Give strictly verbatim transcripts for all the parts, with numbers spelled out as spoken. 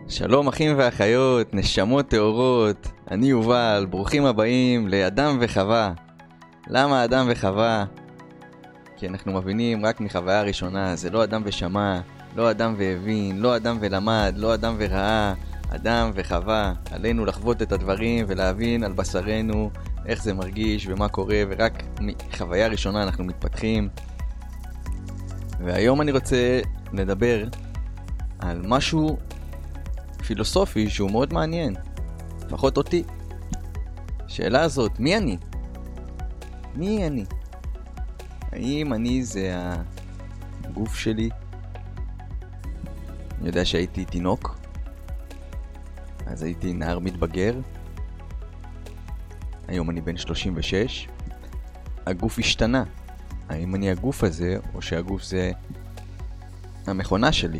שלום אחים ואחיות, נשמות טהורות, אני יובל, ברוכים הבאים לאדם וחווה. למה אדם וחווה? כי אנחנו מבינים רק מחוויה ראשונה, זה לא אדם ושמע, לא אדם והבין, לא אדם ולמד, לא אדם וראה, אדם וחווה. עלינו לחוות את הדברים ולהבין על בשרנו איך זה מרגיש ומה קורה, ורק מחוויה ראשונה אנחנו מתפתחים. והיום אני רוצה לדבר על משהו פילוסופי שהוא מאוד מעניין, לפחות אותי. שאלה הזאת, מי אני? מי אני? האם אני זה הגוף שלי? אני יודע שהייתי תינוק, אז הייתי נער מתבגר. היום אני בן שלושים ושש. הגוף השתנה. האם אני הגוף הזה, או שהגוף זה המכונה שלי?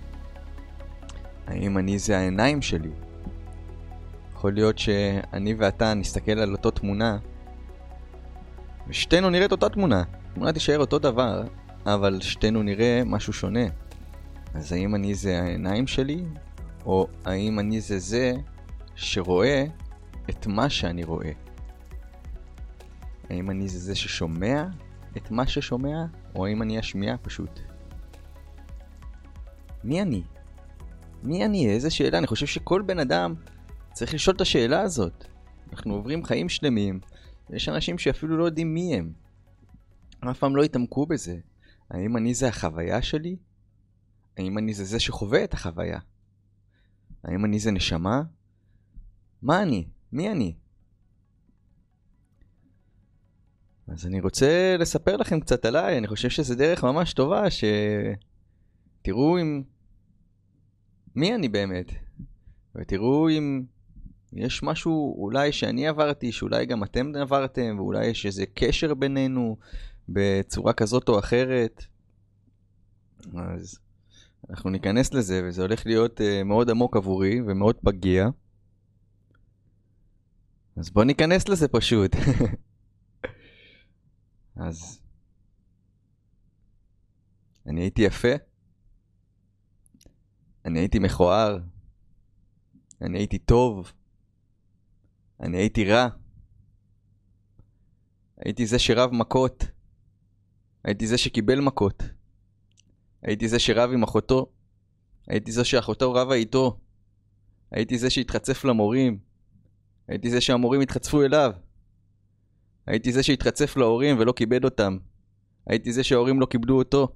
האם אני זה העיניים שלי? יכול להיות שאני ואתה נסתכל על אותו תמונה ושתינו נראה את אותה תמונה. תמונה תישאר אותו דבר, אבל שתינו נראה משהו שונה. אז האם אני זה העיניים שלי? או האם אני זה זה שרואה את מה שאני רואה? האם אני זה זה ששומע את מה ששומע? או האם אני השמיעה פשוט? מי אני? מי אני? איזה שאלה? אני חושב שכל בן אדם צריך לשאול את השאלה הזאת. אנחנו עוברים חיים שלמים, יש אנשים שאפילו לא יודעים מי הם. אף פעם לא התעמקו בזה. האם אני זה החוויה שלי? האם אני זה זה שחווה את החוויה? האם אני זה נשמה? מה אני? מי אני? אז אני רוצה לספר לכם קצת עליי. אני חושב שזה דרך ממש טובה שתראו אם מי אני באמת, ותראו אם יש משהו אולי שאני עברתי, שאולי גם אתם עברתם, ואולי יש איזה קשר בינינו בצורה כזאת או אחרת. אז אנחנו ניכנס לזה, וזה הולך להיות uh, מאוד עמוק עבורי ומאוד פגיע. אז בוא ניכנס לזה פשוט. אז אני הייתי יפה, אני הייתי מכוער, אני הייתי טוב, אני הייתי רע, הייתי זה שרב מכות, הייתי זה שקיבל מכות, הייתי זה שרב עם אחותו, הייתי זה שאחותו רבה איתו, הייתי זה שהתחצף למורים, הייתי זה שהמורים התחצפו אליו, הייתי זה שהתחצף להורים ולא כיבד אותם, הייתי זה שההורים לא כיבדו אותו,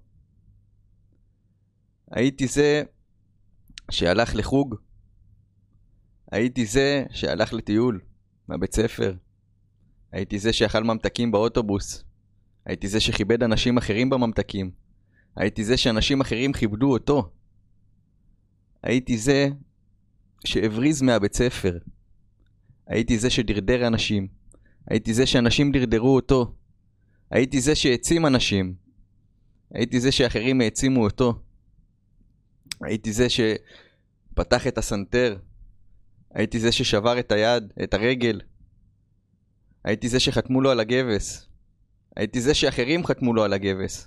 הייתי זה שהלך לחוג, הייתי זה שהלך לטיול מהבית ספר, הייתי זה שאכל ממתקים באוטובוס, הייתי זה שכיבד אנשים אחרים בממתקים, הייתי זה שאנשים אחרים כיבדו אותו, הייתי זה שהבריז מהבית ספר, הייתי זה שדרדר אנשים, הייתי זה שאנשים דרדרו אותו, הייתי זה שהעצים אנשים, הייתי זה שאחרים העצימו אותו, הייתי זה שפתח את הסנטר, הייתי זה ששבר את היד, את הרגל, הייתי זה שחתמו לו על הגבס, הייתי זה שאחרים חתמו לו על הגבס,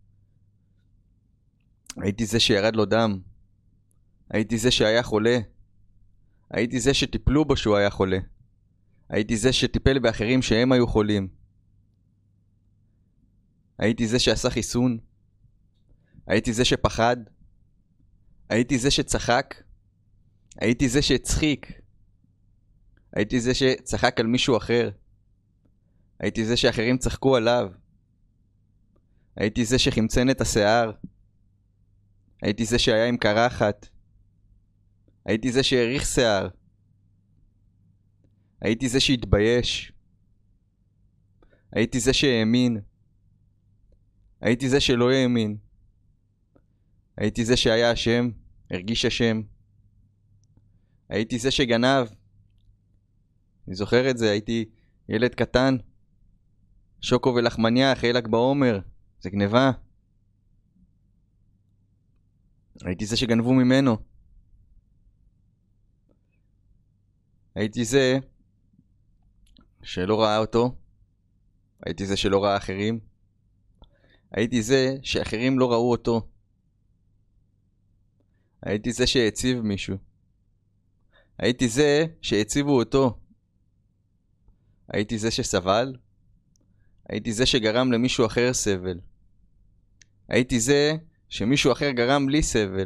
הייתי זה שירד לו דם, הייתי זה שהיה חולה, הייתי זה שטיפלו בו שהוא היה חולה, הייתי זה שטיפל באחרים שהם היו חולים, הייתי זה שעשה חיסון, הייתי זה שפחד, הייתי זה שצחק, הייתי זה שהצחיק, הייתי זה שצחק על מישהו אחר, הייתי זה שאחרים צחקו עליו, הייתי זה שחמצן את השיער, הייתי זה שהיה עם קרחת, הייתי זה שהעריך שיער, הייתי זה שהתבייש, הייתי זה שהאמין, הייתי זה שלא האמין, הייתי זה שהיה אשם, הרגיש אשם, הייתי זה שגנב, אני זוכר את זה, הייתי ילד קטן, שוקו ולחמניה אחרי ל"ג בעומר, זה גניבה, הייתי זה שגנבו ממנו, הייתי זה שלא ראה אותו, הייתי זה שלא ראה אחרים, הייתי זה שאחרים לא ראו אותו, הייתי זה שהציב מישהו, הייתי זה שהציבו אותו. הייתי זה שסבל. הייתי זה שגרם למישהו אחר סבל. הייתי זה שמישהו אחר גרם לי סבל.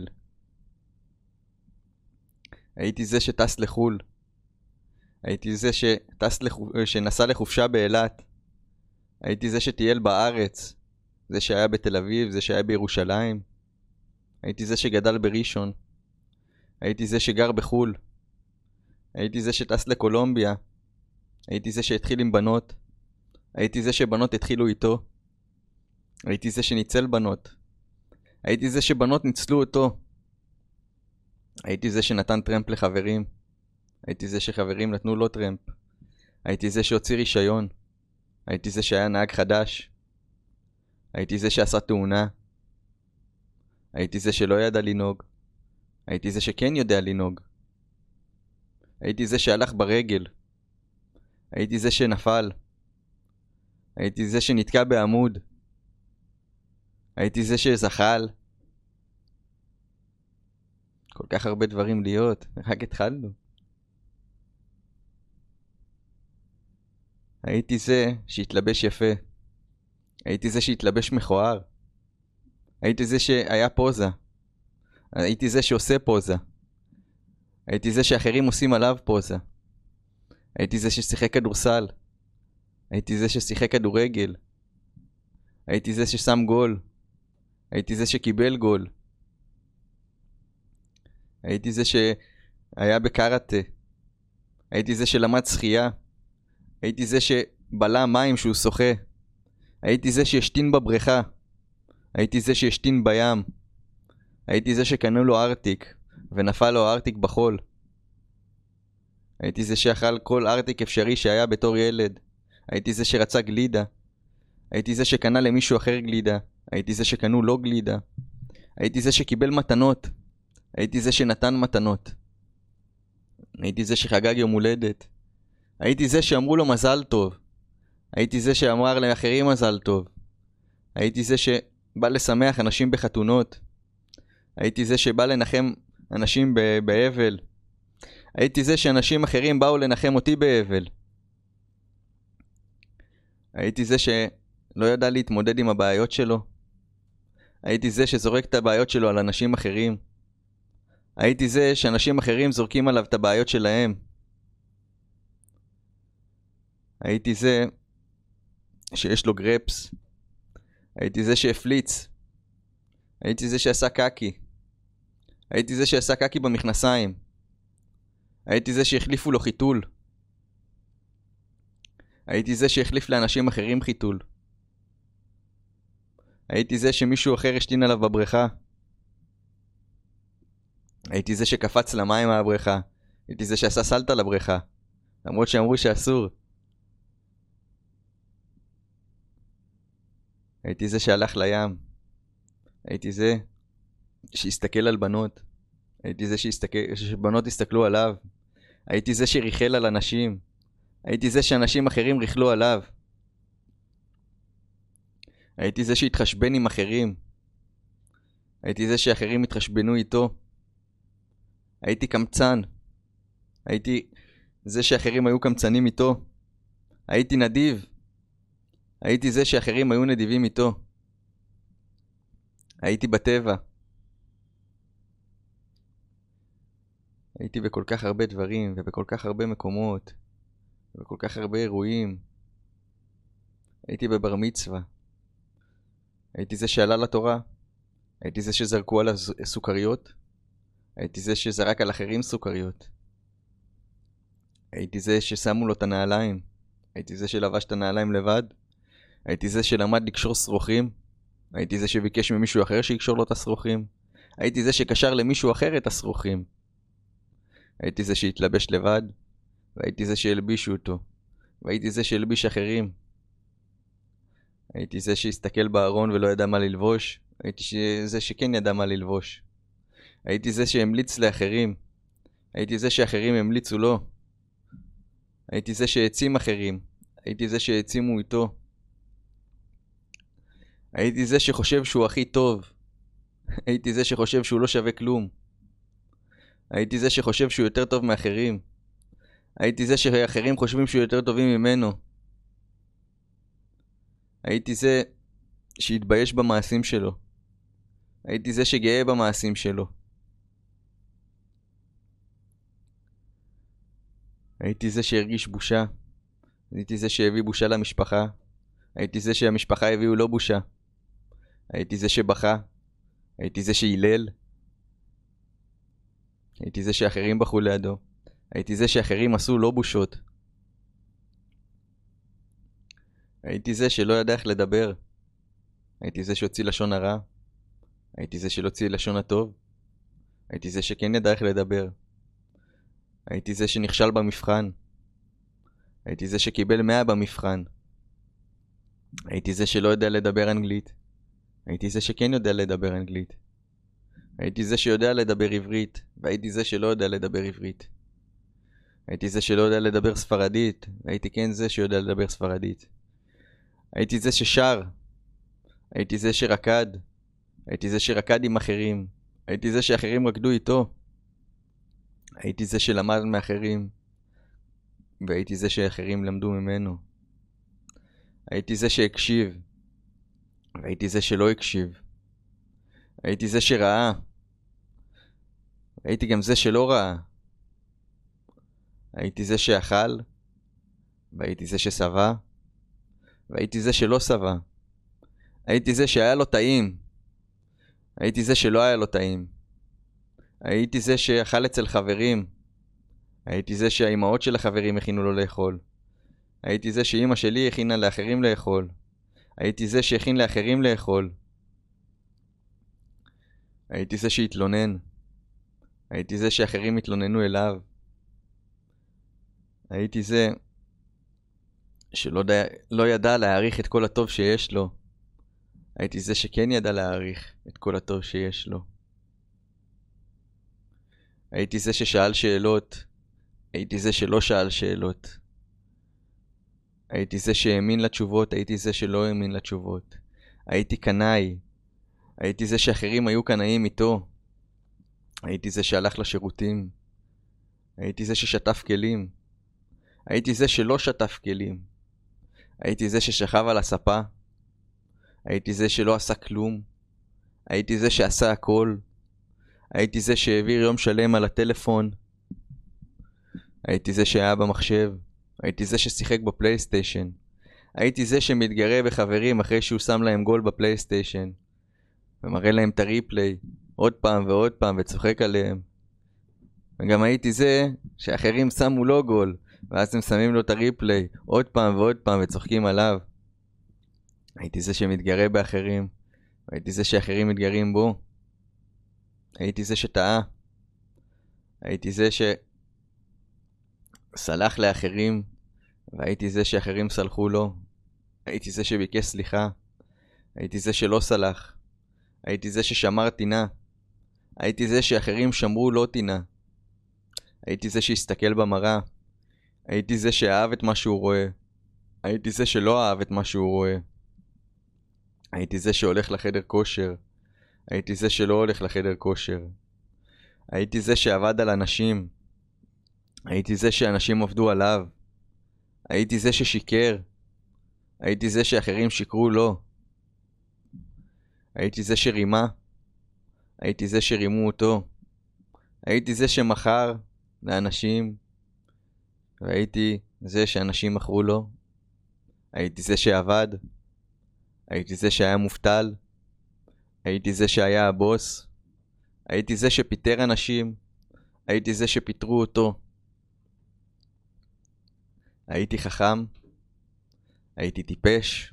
הייתי זה שטס לחול. הייתי זה שטס לחופ... שנסע לחופשה באילת. הייתי זה שטייל בארץ. זה שהיה בתל אביב, זה שהיה בירושלים. הייתי זה שגדל בראשון. הייתי זה שגר בחול. הייתי זה שטס לקולומביה. הייתי זה שהתחיל עם בנות. הייתי זה שבנות התחילו איתו. הייתי זה שניצל בנות. הייתי זה שבנות ניצלו אותו. הייתי זה שנתן טרמפ לחברים. הייתי זה שחברים נתנו לו טרמפ. הייתי זה שהוציא רישיון. הייתי זה שהיה נהג חדש. הייתי זה שעשה תאונה. הייתי זה שלא ידע לנהוג. הייתי זה שכן יודע לנהוג. הייתי זה שהלך ברגל. הייתי זה שנפל. הייתי זה שנתקע בעמוד. הייתי זה שזחל. כל כך הרבה דברים להיות, רק התחלנו. הייתי זה שהתלבש יפה. הייתי זה שהתלבש מכוער. הייתי זה שהיה פוזה. הייתי זה שעושה פוזה. הייתי זה שאחרים עושים עליו פוזה. הייתי זה ששיחק כדורסל. הייתי זה ששיחק כדורגל. הייתי זה ששם גול. הייתי זה שקיבל גול. הייתי זה שהיה בקראטה. הייתי זה שלמד שחייה. הייתי זה שבלה מים שהוא שוחה. הייתי זה שהשתין בבריכה. הייתי זה שהשתין בים. הייתי זה שקנו לו ארטיק ונפל לו ארטיק בחול. הייתי זה שאכל כל ארטיק אפשרי שהיה בתור ילד. הייתי זה שרצה גלידה. הייתי זה שקנה למישהו אחר גלידה. הייתי זה שקנו לו גלידה. הייתי זה שקיבל מתנות. הייתי זה שנתן מתנות. הייתי זה שחגג יום הולדת. הייתי זה שאמרו לו מזל טוב. הייתי זה שאמר לאחרים מזל טוב. הייתי זה שבא לשמח אנשים בחתונות. הייתי זה שבא לנחם אנשים באבל. הייתי זה שאנשים אחרים באו לנחם אותי באבל. הייתי זה שלא ידע להתמודד עם הבעיות שלו. הייתי זה שזורק את הבעיות שלו על אנשים אחרים. הייתי זה שאנשים אחרים זורקים עליו את הבעיות שלהם. הייתי זה שיש לו גרפס. הייתי זה שהפליץ. הייתי זה שעשה קקי. הייתי זה שעשה קקי במכנסיים. הייתי זה שהחליפו לו חיתול. הייתי זה שהחליף לאנשים אחרים חיתול. הייתי זה שמישהו אחר השתין עליו בבריכה. הייתי זה שקפץ למים מהבריכה. הייתי זה שעשה סלטה לבריכה. למרות שאמרו שאסור. הייתי זה שהלך לים. הייתי זה שהסתכל על בנות. הייתי זה שהסתכל, שבנות הסתכלו עליו. הייתי זה שריחל על אנשים. הייתי זה שאנשים אחרים ריחלו עליו. הייתי זה שהתחשבן עם אחרים. הייתי זה שאחרים התחשבנו איתו. הייתי קמצן. הייתי זה שאחרים היו קמצנים איתו. הייתי נדיב. הייתי זה שאחרים היו נדיבים איתו. הייתי בטבע. הייתי בכל כך הרבה דברים ובכל כך הרבה מקומות ובכל כך הרבה אירועים. הייתי בבר מצווה. הייתי זה שעלה לתורה. הייתי זה שזרקו עליו סוכריות. הייתי זה שזרק על אחרים סוכריות. הייתי זה ששמו לו את הנעליים. הייתי זה שלבש את הנעליים לבד. הייתי זה שלמד לקשור שרוכים. הייתי זה שביקש ממישהו אחר שיקשור לו את השרוכים. הייתי זה שקשר למישהו אחר את השרוכים. הייתי זה שהתלבש לבד. והייתי זה שהלבישו אותו. והייתי זה שהלביש אחרים. הייתי זה שהסתכל בארון ולא ידע מה ללבוש. הייתי זה שכן ידע מה ללבוש. הייתי זה שהמליץ לאחרים. הייתי זה שאחרים המליצו לו. הייתי זה שהעצים אחרים. הייתי זה שהעצימו איתו. הייתי זה שחושב שהוא הכי טוב. הייתי זה שחושב שהוא לא שווה כלום. הייתי זה שחושב שהוא יותר טוב מאחרים. הייתי זה שאחרים חושבים שהוא יותר טובים ממנו. הייתי זה שהתבייש במעשים שלו. הייתי זה שגאה במעשים שלו. הייתי זה שהרגיש בושה. הייתי זה שהביא בושה למשפחה. הייתי זה שהמשפחה הביאו לו בושה. הייתי זה שבכה. הייתי זה שהילל. הייתי זה שאחרים בכו לידו. הייתי זה שאחרים עשו לו בושות. הייתי זה שלא ידע איך לדבר. הייתי זה שהוציא לשון הרע. הייתי זה שלא הוציא לשון הטוב. הייתי זה שכן ידע איך לדבר. הייתי זה שנכשל במבחן. הייתי זה שקיבל מאה במבחן. הייתי זה שלא יודע לדבר אנגלית. הייתי זה שכן יודע לדבר אנגלית. הייתי זה שיודע לדבר עברית, והייתי זה שלא יודע לדבר עברית. הייתי זה שלא יודע לדבר ספרדית, והייתי כן זה שיודע לדבר ספרדית. הייתי זה ששר. הייתי זה שרקד. הייתי זה שרקד עם אחרים. הייתי זה שאחרים רקדו איתו. הייתי זה שלמד מאחרים. והייתי זה שאחרים למדו ממנו. הייתי זה שהקשיב. והייתי זה שלא הקשיב. הייתי זה שראה. הייתי גם זה שלא ראה. הייתי זה שאכל. והייתי זה ששבע. והייתי זה שלא שבע. הייתי זה שהיה לו טעים. הייתי זה שלא היה לו טעים. הייתי זה שאכל אצל חברים. הייתי זה שהאימהות של החברים הכינו לו לאכול. הייתי זה שאימא שלי הכינה לאחרים לאכול. הייתי זה שהכין לאחרים לאכול. הייתי זה שהתלונן. הייתי זה שאחרים התלוננו אליו. הייתי זה שלא די... לא ידע להעריך את כל הטוב שיש לו. הייתי זה שכן ידע להעריך את כל הטוב שיש לו. הייתי זה ששאל שאלות. הייתי זה שלא שאל שאלות. הייתי זה שהאמין לתשובות. הייתי זה שלא האמין לתשובות. הייתי קנאי. הייתי זה שאחרים היו קנאים איתו. הייתי זה שהלך לשירותים. הייתי זה ששטף כלים. הייתי זה שלא שטף כלים. הייתי זה ששכב על הספה. הייתי זה שלא עשה כלום. הייתי זה שעשה הכל. הייתי זה שהעביר יום שלם על הטלפון. הייתי זה שהיה במחשב. הייתי זה ששיחק בפלייסטיישן. הייתי זה שמתגרה בחברים אחרי שהוא שם להם גול בפלייסטיישן. ומראה להם את הריפליי עוד פעם ועוד פעם וצוחק עליהם. וגם הייתי זה שאחרים שמו לו גול. ואז הם שמים לו את הריפליי עוד פעם ועוד פעם וצוחקים עליו. הייתי זה שמתגרה באחרים. הייתי זה שאחרים מתגרים בו. הייתי זה שטעה. הייתי זה שסלח לאחרים. והייתי זה שאחרים סלחו לו. הייתי זה שביקש סליחה. הייתי זה שלא סלח. הייתי זה ששמר טינה. הייתי זה שאחרים שמרו לא טינה. הייתי זה שהסתכל במראה. הייתי זה שאהב את מה שהוא רואה. הייתי זה שלא אהב את מה שהוא רואה. הייתי זה שהולך לחדר כושר. הייתי זה שלא הולך לחדר כושר. הייתי זה שעבד על אנשים. הייתי זה שאנשים עבדו עליו. הייתי זה ששיקר. הייתי זה שאחרים שיקרו לו. הייתי זה שרימה. הייתי זה שרימו אותו. הייתי זה שמכר לאנשים. והייתי זה שאנשים מכרו לו. הייתי זה שעבד. הייתי זה שהיה מובטל. הייתי זה שהיה הבוס. הייתי זה שפיטר אנשים. הייתי זה שפיטרו אותו. הייתי חכם. הייתי טיפש.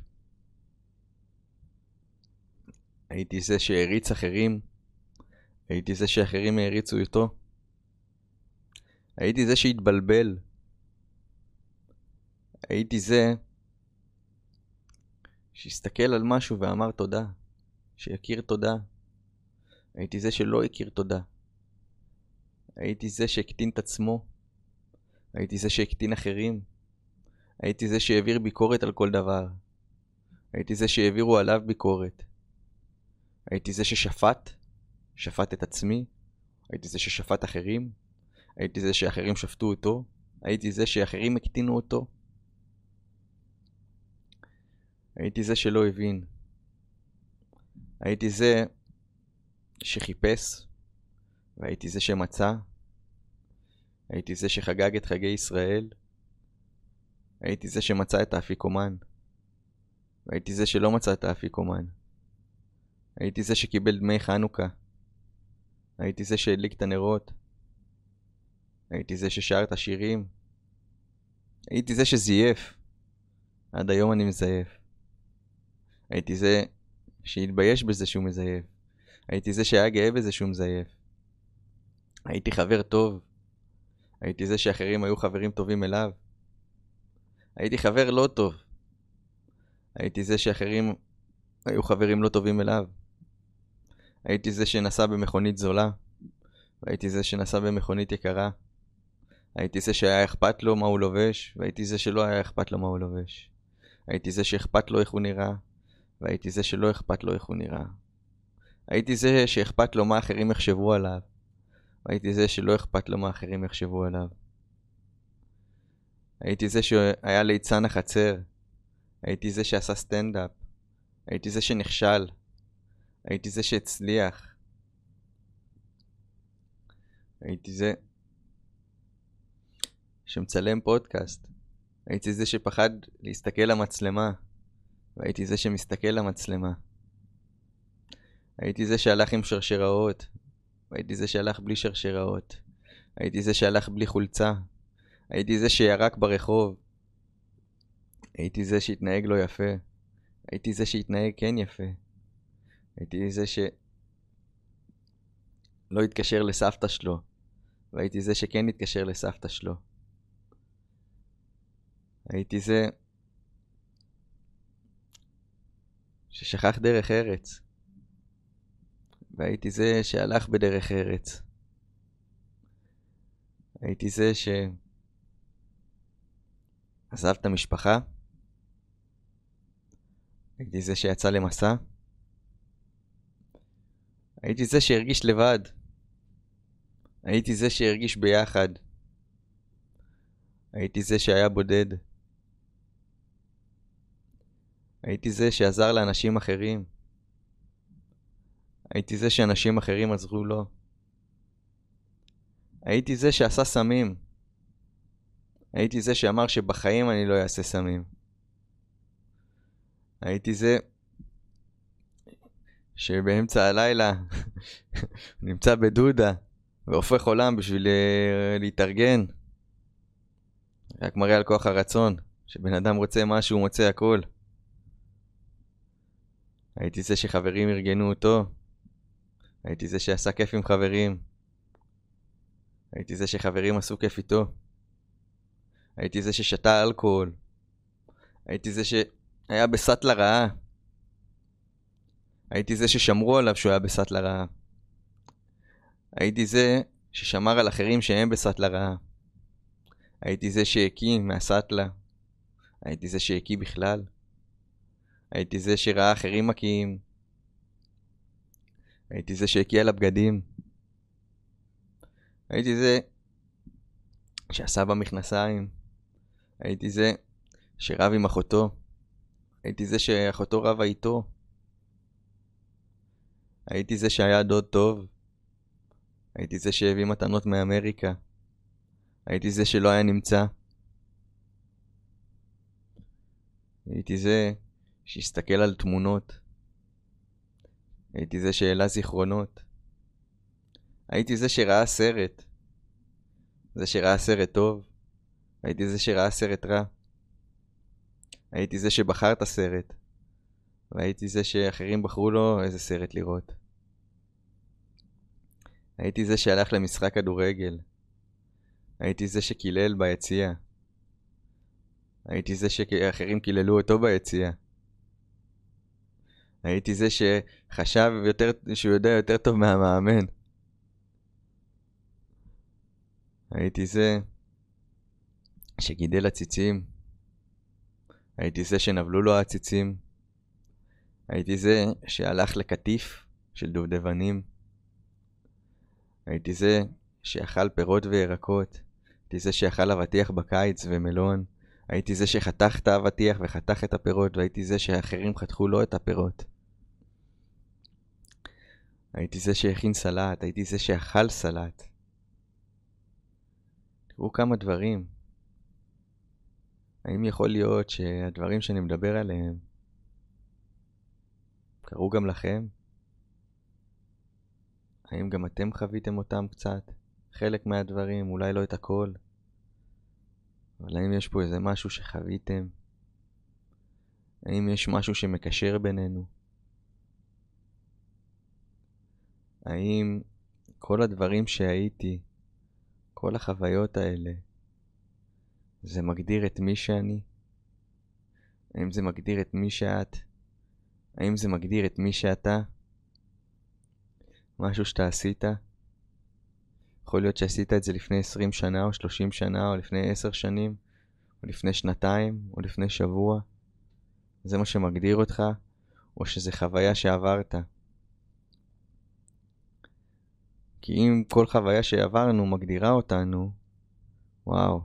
הייתי זה שהריץ אחרים. הייתי זה שאחרים העריצו איתו. הייתי זה שהתבלבל. הייתי זה שהסתכל על משהו ואמר תודה. שיכיר תודה. הייתי זה שלא הכיר תודה. הייתי זה שהקטין את עצמו. הייתי זה שהקטין אחרים. הייתי זה שהעביר ביקורת על כל דבר. הייתי זה שהעבירו עליו ביקורת. הייתי זה ששפט. שפט את עצמי. הייתי זה ששפט אחרים, הייתי זה שאחרים שפטו אותו, הייתי זה שאחרים הקטינו אותו, הייתי זה שלא הבין, הייתי זה שחיפש, והייתי זה שמצא, הייתי זה שחגג את חגי ישראל, הייתי זה שמצא את האפיקומן, והייתי זה שלא מצא את האפיקומן, הייתי זה שקיבל דמי חנוכה, הייתי זה שהדליק את הנרות, הייתי זה ששר את השירים, הייתי זה שזייף, עד היום אני מזייף, הייתי זה שהתבייש בזה שהוא מזייף, הייתי זה שהיה גאה בזה שהוא מזייף, הייתי חבר טוב, הייתי זה שאחרים היו חברים טובים אליו, הייתי חבר לא טוב, הייתי זה שאחרים היו חברים לא טובים אליו, הייתי זה שנסע במכונית זולה, והייתי זה שנסע במכונית יקרה, הייתי זה שהיה אכפת לו מה הוא לובש, והייתי זה שלא היה אכפת לו מה הוא לובש, הייתי זה שאכפת לו איך הוא נראה, והייתי זה שלא אכפת לו איך הוא נראה, הייתי זה שאכפת לו מה אחרים יחשבו עליו, והייתי זה שלא אכפת לו מה אחרים יחשבו עליו, הייתי זה שהיה ליצן החצר, הייתי זה שעשה סטנדאפ, הייתי זה שנכשל, הייתי זה שהצליח, הייתי זה שמצלם פודקאסט, הייתי זה שפחד להסתכל למצלמה, והייתי זה שמסתכל למצלמה, הייתי זה שהלך עם שרשראות, והייתי זה שהלך בלי שרשראות, הייתי זה שהלך בלי חולצה, הייתי זה שירק ברחוב, הייתי זה שהתנהג לא יפה, הייתי זה שהתנהג כן יפה, הייתי זה שלא התקשר לסבתא שלו, והייתי זה שכן התקשר לסבתא שלו, הייתי זה ששכח דרך ארץ, והייתי זה שהלך בדרך ארץ, הייתי זה שעזב את המשפחה, הייתי זה שיצא למסע, הייתי זה שהרגיש לבד, הייתי זה שהרגיש ביחד, הייתי זה שהיה בודד, הייתי זה שעזר לאנשים אחרים, הייתי זה שאנשים אחרים עזרו לו, הייתי זה שעשה סמים, הייתי זה שאמר שבחיים אני לא אעשה סמים, הייתי זה שבאמצע הלילה נמצא בדודה והופך עולם בשביל להתארגן, רק מראה על כוח הרצון, שבן אדם רוצה משהו הוא מוצא הכל. הייתי זה שחברים ארגנו אותו, הייתי זה שעשה כיף עם חברים, הייתי זה שחברים עשו כיף איתו, הייתי זה ששתה אלכוהול, הייתי זה שהיה בסט לרעה, הייתי זה ששמרו עליו שהוא היה בסט לרעה, הייתי זה ששמר על אחרים שהם בסט לרעה, הייתי זה שהקיא מהסטלה, הייתי זה שהקיא בכלל, הייתי זה שראה אחרים מקיים, הייתי זה שהקיא על הבגדים, הייתי זה שעשה במכנסיים, הייתי זה שרב עם אחותו, הייתי זה שאחותו רבה איתו, הייתי זה שהיה דוד טוב, הייתי זה שהביא מתנות מאמריקה, הייתי זה שלא היה נמצא, הייתי זה שהסתכל על תמונות, הייתי זה שהעלה זיכרונות, הייתי זה שראה סרט, זה שראה סרט טוב, הייתי זה שראה סרט רע, הייתי זה שבחר את הסרט, והייתי זה שאחרים בחרו לו איזה סרט לראות, הייתי זה שהלך למשחק כדורגל, הייתי זה שקילל ביציע, הייתי זה שאחרים קיללו אותו ביציע, הייתי זה שחשב יותר, שהוא יודע יותר טוב מהמאמן, הייתי זה שגידל הציצים, הייתי זה שנבלו לו הציצים, הייתי זה שהלך לקטיף של דובדבנים, הייתי זה שאכל פירות וירקות. הייתי זה שאכל אבטיח בקיץ ומלון. הייתי זה שחתך את האבטיח וחתך את הפירות, והייתי זה שאחרים חתכו לו את הפירות. הייתי זה שהכין סלט, הייתי זה שאכל סלט. תראו כמה דברים. האם יכול להיות שהדברים שאני מדבר עליהם קרו גם לכם? האם גם אתם חוויתם אותם קצת? חלק מהדברים, אולי לא את הכל. אבל האם יש פה איזה משהו שחוויתם? האם יש משהו שמקשר בינינו? האם כל הדברים שהייתי, כל החוויות האלה, זה מגדיר את מי שאני? האם זה מגדיר את מי שאת? האם זה מגדיר את מי שאתה? משהו שאתה עשית? יכול להיות שעשית את זה לפני עשרים שנה או שלושים שנה או לפני עשר שנים או לפני שנתיים או לפני שבוע. זה מה שמגדיר אותך, או שזה חוויה שעברת? כי אם כל חוויה שעברנו מגדירה אותנו, וואו,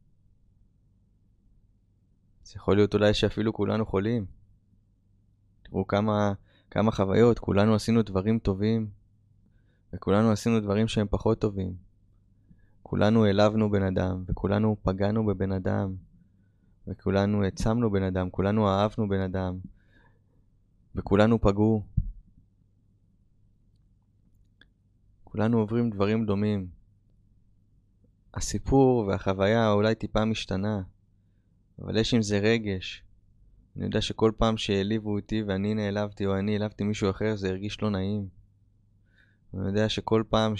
זה יכול להיות אולי שאפילו כולנו חולים. תראו כמה, כמה חוויות, כולנו עשינו דברים טובים, וכולנו עשינו דברים שהם פחות טובים. כולנו העלבנו בן אדם, וכולנו פגענו בבן אדם, וכולנו העצמנו בן אדם, כולנו אהבנו בן אדם, וכולנו פגעו. כולנו עוברים דברים דומים. הסיפור והחוויה אולי טיפה משתנה, אבל יש עם זה רגש. אני יודע שכל פעם שהעליבו אותי ואני נעלבתי או אני העלבתי מישהו אחר, זה הרגיש לא נעים. אני יודע שכל פעם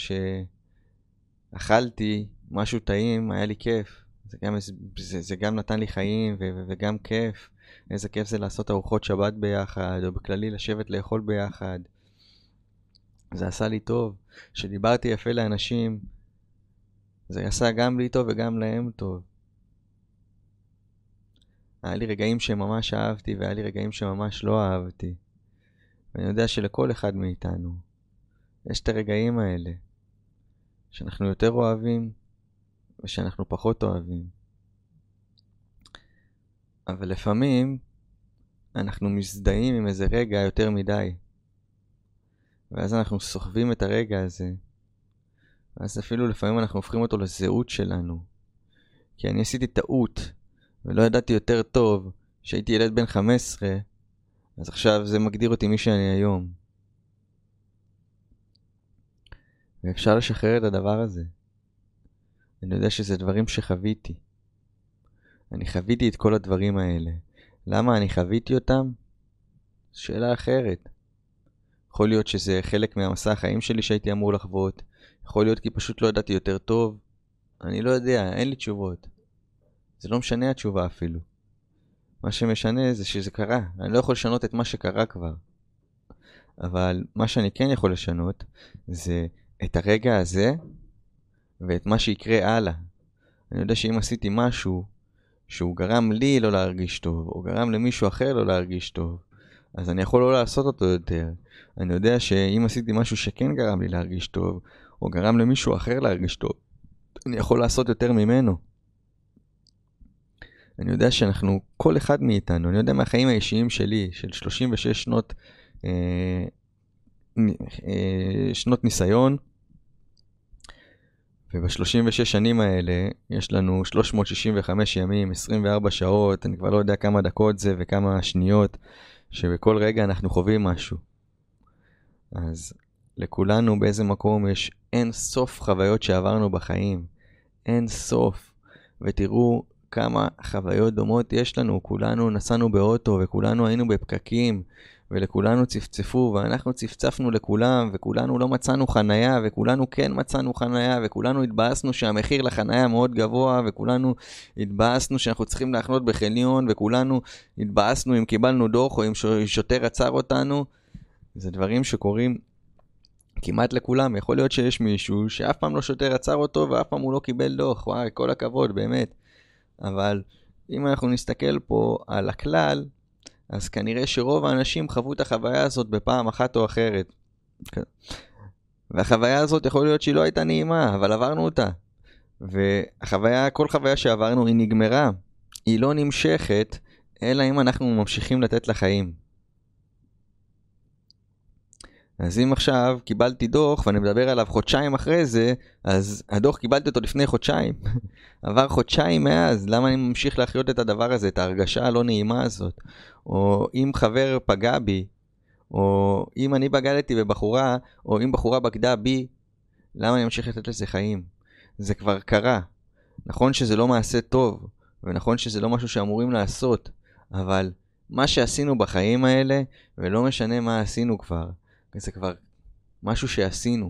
שאכלתי משהו טעים היה לי כיף. זה גם, זה, זה גם נתן לי חיים ו- וגם כיף. איזה כיף זה לעשות ארוחות שבת ביחד, או בכללי לשבת לאכול ביחד. זה עשה לי טוב. כשדיברתי יפה לאנשים, זה עשה גם לי טוב וגם להם טוב. היה לי רגעים שממש אהבתי והיה לי רגעים שממש לא אהבתי. ואני יודע שלכל אחד מאיתנו יש את הרגעים האלה שאנחנו יותר אוהבים ושאנחנו פחות אוהבים. אבל לפעמים אנחנו מזדהים עם איזה רגע יותר מדי, ואז אנחנו סוחבים את הרגע הזה, ואז אפילו לפעמים אנחנו הופכים אותו לזהות שלנו. כי אני עשיתי טעות ולא ידעתי יותר טוב שהייתי ילד בן חמש עשרה, אז עכשיו זה מגדיר אותי מי שאני היום. ואפשר לשחרר את הדבר הזה. אני יודע שזה דברים שחוויתי. אני חוויתי את כל הדברים האלה. למה אני חוויתי אותם? שאלה אחרת. יכול להיות שזה חלק מהמסע החיים שלי שהייתי אמור לחוות. יכול להיות כי פשוט לא ידעתי יותר טוב. אני לא יודע, אין לי תשובות. זה לא משנה התשובה אפילו. מה שמשנה זה שזה קרה. אני לא יכול לשנות את מה שקרה כבר. אבל מה שאני כן יכול לשנות זה את הרגע הזה ואת מה שיקרה הלאה. אני יודע שאם עשיתי משהו שהוא גרם לי לא להרגיש טוב, או גרם למישהו אחר לא להרגיש טוב, אז אני יכול לא לעשות אותו יותר. אני יודע שאם עשיתי משהו שכן גרם לי להרגיש טוב, או גרם למישהו אחר להרגיש טוב, אני יכול לעשות יותר ממנו. אני יודע שאנחנו, כל אחד מאיתנו, אני יודע מהחיים האישיים שלי, של שלושים ושש שנות, אה, אה, שנות ניסיון, וב-שלושים ושש שנים האלה יש לנו שלוש מאות שישים וחמש ימים, עשרים וארבע שעות, אני כבר לא יודע כמה דקות זה וכמה שניות, שבכל רגע אנחנו חווים משהו. אז לכולנו באיזה מקום יש אין סוף חוויות שעברנו בחיים. אין סוף. ותראו כמה חוויות דומות יש לנו. כולנו נסענו באוטו וכולנו היינו בפקקים. ולכולנו צפצפו ואנחנו צפצפנו לכולם. וכולנו לא מצאנו חנייה וכולנו כן מצאנו חנייה. וכולנו התבאסנו שהמחיר לחנייה מאוד גבוה. וכולנו התבאסנו שאנחנו צריכים להחנות בחניון. וכולנו התבאסנו אם קיבלנו דוח או אם שוטר עצר אותנו. זה דברים שקורים כמעט לכולם. יכול להיות שיש מישהו שאף פעם לא שוטר עצר אותו ואף פעם הוא לא קיבל דוח. וואי, כל הכבוד, באמת. אבל אם אנחנו נסתכל פה על הכלל, אז כנראה שרוב האנשים חוו את החוויה הזאת בפעם אחת או אחרת. והחוויה הזאת יכול להיות שהיא לא הייתה נעימה, אבל עברנו אותה. והחוויה, כל חוויה שעברנו היא נגמרה. היא לא נמשכת, אלא אם אנחנו ממשיכים לתת לחיים. אז אם עכשיו קיבלתי דוח ואני מדבר עליו חודשיים אחרי זה, אז הדוח קיבלתי אותו לפני חודשיים. עבר חודשיים מאז, למה אני ממשיך להחיות את הדבר הזה, את ההרגשה הלא נעימה הזאת? או אם חבר פגע בי, או אם אני בגדתי בבחורה, או אם בחורה בגדה בי, למה אני ממשיך לתת לזה חיים? זה כבר קרה. נכון שזה לא מעשה טוב, ונכון שזה לא משהו שאמורים לעשות, אבל מה שעשינו בחיים האלה, ולא משנה מה עשינו כבר, זה כבר משהו שעשינו.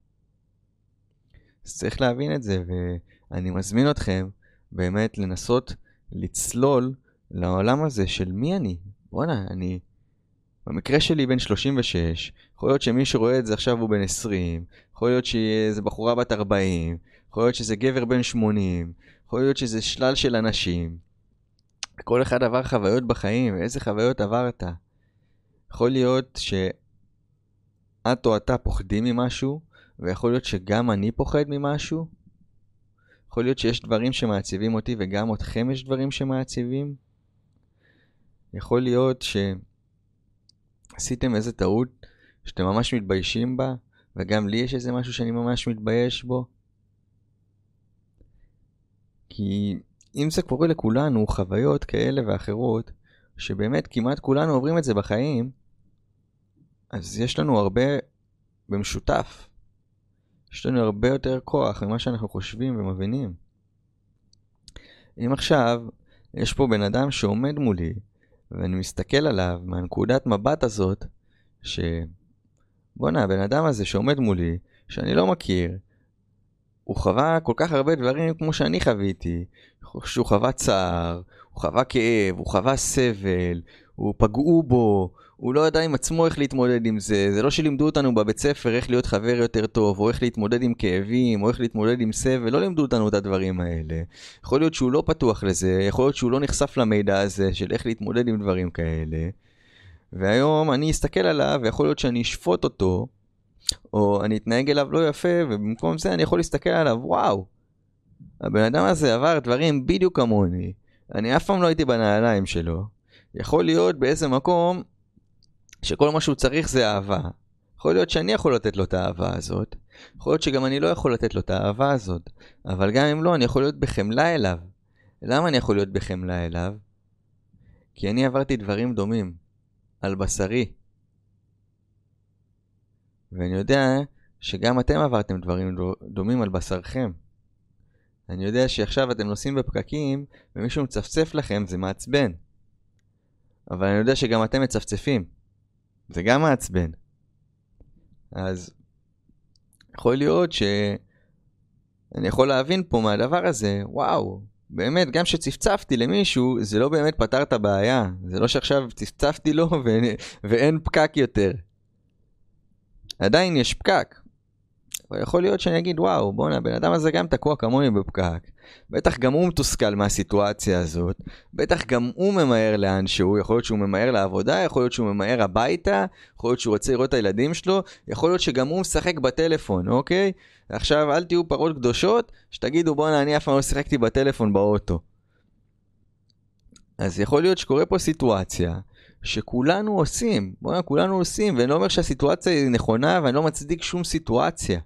אז צריך להבין את זה, ואני מזמין אתכם באמת לנסות לצלול לעולם הזה של מי אני. בוא'נה, אני... במקרה שלי בן שלושים ושש, יכול להיות שמי שרואה את זה עכשיו הוא בן עשרים, יכול להיות שזה בחורה בת ארבעים, יכול להיות שזה גבר בן שמונים, יכול להיות שזה שלל של אנשים. כל אחד עבר חוויות בחיים, איזה חוויות עברת? יכול להיות שאת או אתה פוחדים ממשהו, ויכול להיות שגם אני פוחד ממשהו. יכול להיות שיש דברים שמעציבים אותי, וגם אתכם יש דברים שמעציבים. יכול להיות ש... עשיתם איזה טעות שאתם ממש מתביישים בה, וגם לי יש איזה משהו שאני ממש מתבייש בו. כי אם זה קורה לכולנו, חוויות כאלה ואחרות, שבאמת כמעט כולנו עוברים את זה בחיים, אז יש לנו הרבה במשותף. יש לנו הרבה יותר כוח ממה שאנחנו חושבים ומבינים. אם עכשיו יש פה בן אדם שעומד מולי, ואני מסתכל עליו מהנקודת מבט הזאת, ש... בוא'נה, הבן אדם הזה שעומד מולי, שאני לא מכיר, הוא חווה כל כך הרבה דברים כמו שאני חוויתי, שהוא חווה צער, הוא חווה כאב, הוא חווה סבל, הוא פגעו בו, הוא לא ידע עם עצמו איך להתמודד עם זה, זה לא שלימדו אותנו בבית ספר איך להיות חבר יותר טוב, או איך להתמודד עם כאבים, או איך להתמודד עם סבל, לא לימדו אותנו את הדברים האלה. יכול להיות שהוא לא פתוח לזה, יכול להיות שהוא לא נחשף למידע הזה של איך להתמודד עם דברים כאלה, והיום אני אסתכל עליו, ויכול להיות שאני אשפוט אותו, או אני אתנהג אליו לא יפה, ובמקום זה אני יכול להסתכל עליו, וואו, הבן אדם הזה עבר דברים בדיוק כמוני, אני אף פעם לא הייתי בנעליים שלו, יכול להיות באיזה מקום, שכל מה שהוא צריך זה אהבה. יכול להיות שאני יכול לתת לו את האהבה הזאת. יכול להיות שגם אני לא יכול לתת לו את האהבה הזאת. אבל גם אם לא, אני יכול להיות בחמלה אליו. למה אני יכול להיות בחמלה אליו? כי אני עברתי דברים דומים. על בשרי. ואני יודע שגם אתם עברתם דברים דומים על בשרכם. אני יודע שעכשיו אתם נוסעים בפקקים, ומישהו מצפצף לכם, זה מעצבן. אבל אני יודע שגם אתם מצפצפים. זה גם מעצבן. אז יכול להיות שאני יכול להבין פה מהדבר הזה, וואו, באמת, גם שצפצפתי למישהו, זה לא באמת פתר את הבעיה. זה לא שעכשיו צפצפתי לו ו- ואין פקק יותר. עדיין יש פקק. אבל יכול להיות שאני אגיד, וואו, בוא'נה, הבן אדם הזה גם תקוע כמוני בפקק. בטח גם הוא מתוסכל מהסיטואציה הזאת. בטח גם הוא ממהר לאן שהוא. יכול להיות שהוא ממהר לעבודה, יכול להיות שהוא ממהר הביתה, יכול להיות שהוא רוצה לראות את הילדים שלו, יכול להיות שגם הוא משחק בטלפון, אוקיי? עכשיו, אל תהיו פרות קדושות, שתגידו, בוא'נה, אני אף פעם לא שיחקתי בטלפון באוטו. אז יכול להיות שקורה פה סיטואציה שכולנו עושים. בוא'נה, כולנו עושים, ואני לא אומר שהסיטואציה היא נכונה, ואני לא מצדיק שום סיטואציה.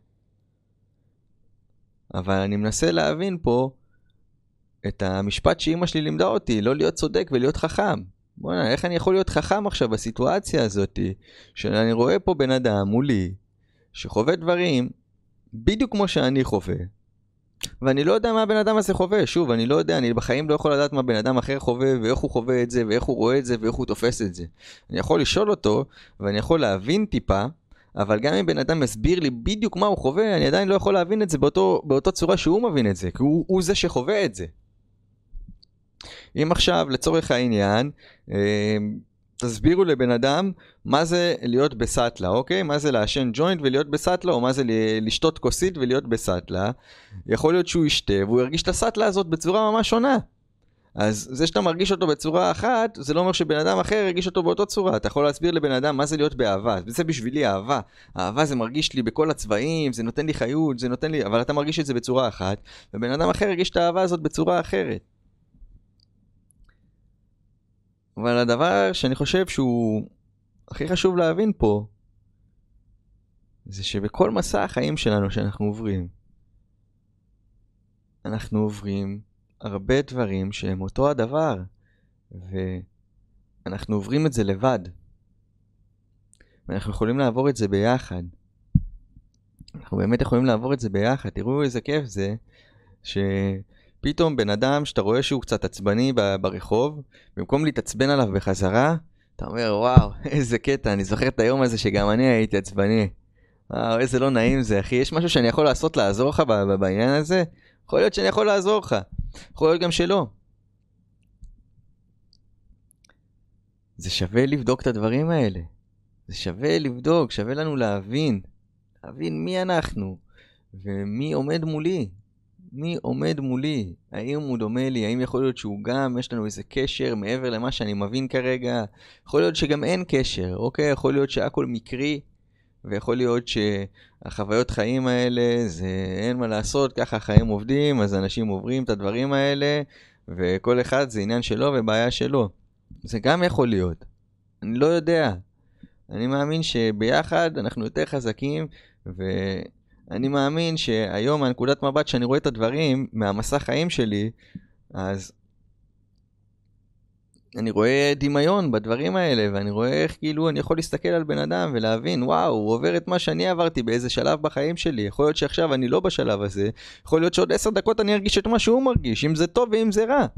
אבל אני מנסה להבין פה את המשפט שאמא שלי לימדה אותי, לא להיות צודק ולהיות חכם. בוא'נה, איך אני יכול להיות חכם עכשיו בסיטואציה הזאת, שאני רואה פה בן אדם מולי, שחווה דברים בדיוק כמו שאני חווה, ואני לא יודע מה הבן אדם הזה חווה. שוב, אני לא יודע, אני בחיים לא יכול לדעת מה בן אדם אחר חווה, ואיך הוא חווה את זה, ואיך הוא רואה את זה, ואיך הוא תופס את זה. אני יכול לשאול אותו, ואני יכול להבין טיפה, אבל גם אם בן אדם מסביר לי בדיוק מה הוא חווה, אני עדיין לא יכול להבין את זה באותו, באותו צורה שהוא מבין את זה, כי הוא, הוא זה שחווה את זה. אם עכשיו, לצורך העניין, אה, תסבירו לבן אדם מה זה להיות בסטלה, אוקיי? מה זה לעשן ג'וינט ולהיות בסטלה, או מה זה לשתות כוסית ולהיות בסטלה. יכול להיות שהוא ישתה, והוא ירגיש את הסטלה הזאת בצורה ממש שונה. אז זה שאתה מרגיש אותו בצורה אחת, זה לא אומר שבן אדם אחר ירגיש אותו באותו צורה. אתה יכול להסביר לבן אדם מה זה להיות באהבה. זה בשבילי אהבה. אהבה זה מרגיש לי בכל הצבעים, זה נותן לי חיות, זה נותן לי... אבל אתה מרגיש את זה בצורה אחת, ובן אדם אחר ירגיש את האהבה הזאת בצורה אחרת. אבל הדבר שאני חושב שהוא הכי חשוב להבין פה, זה שבכל מסע החיים שלנו שאנחנו עוברים, אנחנו עוברים הרבה דברים שהם אותו הדבר, ואנחנו עוברים את זה לבד. ואנחנו יכולים לעבור את זה ביחד. אנחנו באמת יכולים לעבור את זה ביחד. תראו איזה כיף זה, שפתאום בן אדם שאתה רואה שהוא קצת עצבני ברחוב, במקום להתעצבן עליו בחזרה, אתה אומר, וואו, איזה קטע, אני זוכר את היום הזה שגם אני הייתי עצבני. וואו, איזה לא נעים זה, אחי. יש משהו שאני יכול לעשות לעזור לך בעניין הזה? יכול להיות שאני יכול לעזור לך. יכול להיות גם שלא. זה שווה לבדוק את הדברים האלה. זה שווה לבדוק, שווה לנו להבין. להבין מי אנחנו ומי עומד מולי. מי עומד מולי? האם הוא דומה לי? האם יכול להיות שהוא גם, יש לנו איזה קשר מעבר למה שאני מבין כרגע? יכול להיות שגם אין קשר, אוקיי? יכול להיות שהכל מקרי, ויכול להיות שהחוויות חיים האלה, זה אין מה לעשות, ככה החיים עובדים, אז אנשים עוברים את הדברים האלה, וכל אחד זה עניין שלו ובעיה שלו. זה גם יכול להיות. אני לא יודע. אני מאמין שביחד אנחנו יותר חזקים, ואני מאמין שהיום מהנקודת מבט שאני רואה את הדברים מהמסע חיים שלי, אז אני רואה דמיון בדברים האלה, ואני רואה איך כאילו אני יכול להסתכל על בן אדם ולהבין, וואו, הוא עובר את מה שאני עברתי באיזה שלב בחיים שלי. יכול להיות שעכשיו אני לא בשלב הזה, יכול להיות שעוד עשר דקות אני ארגיש את מה שהוא מרגיש, אם זה טוב ואם זה רע.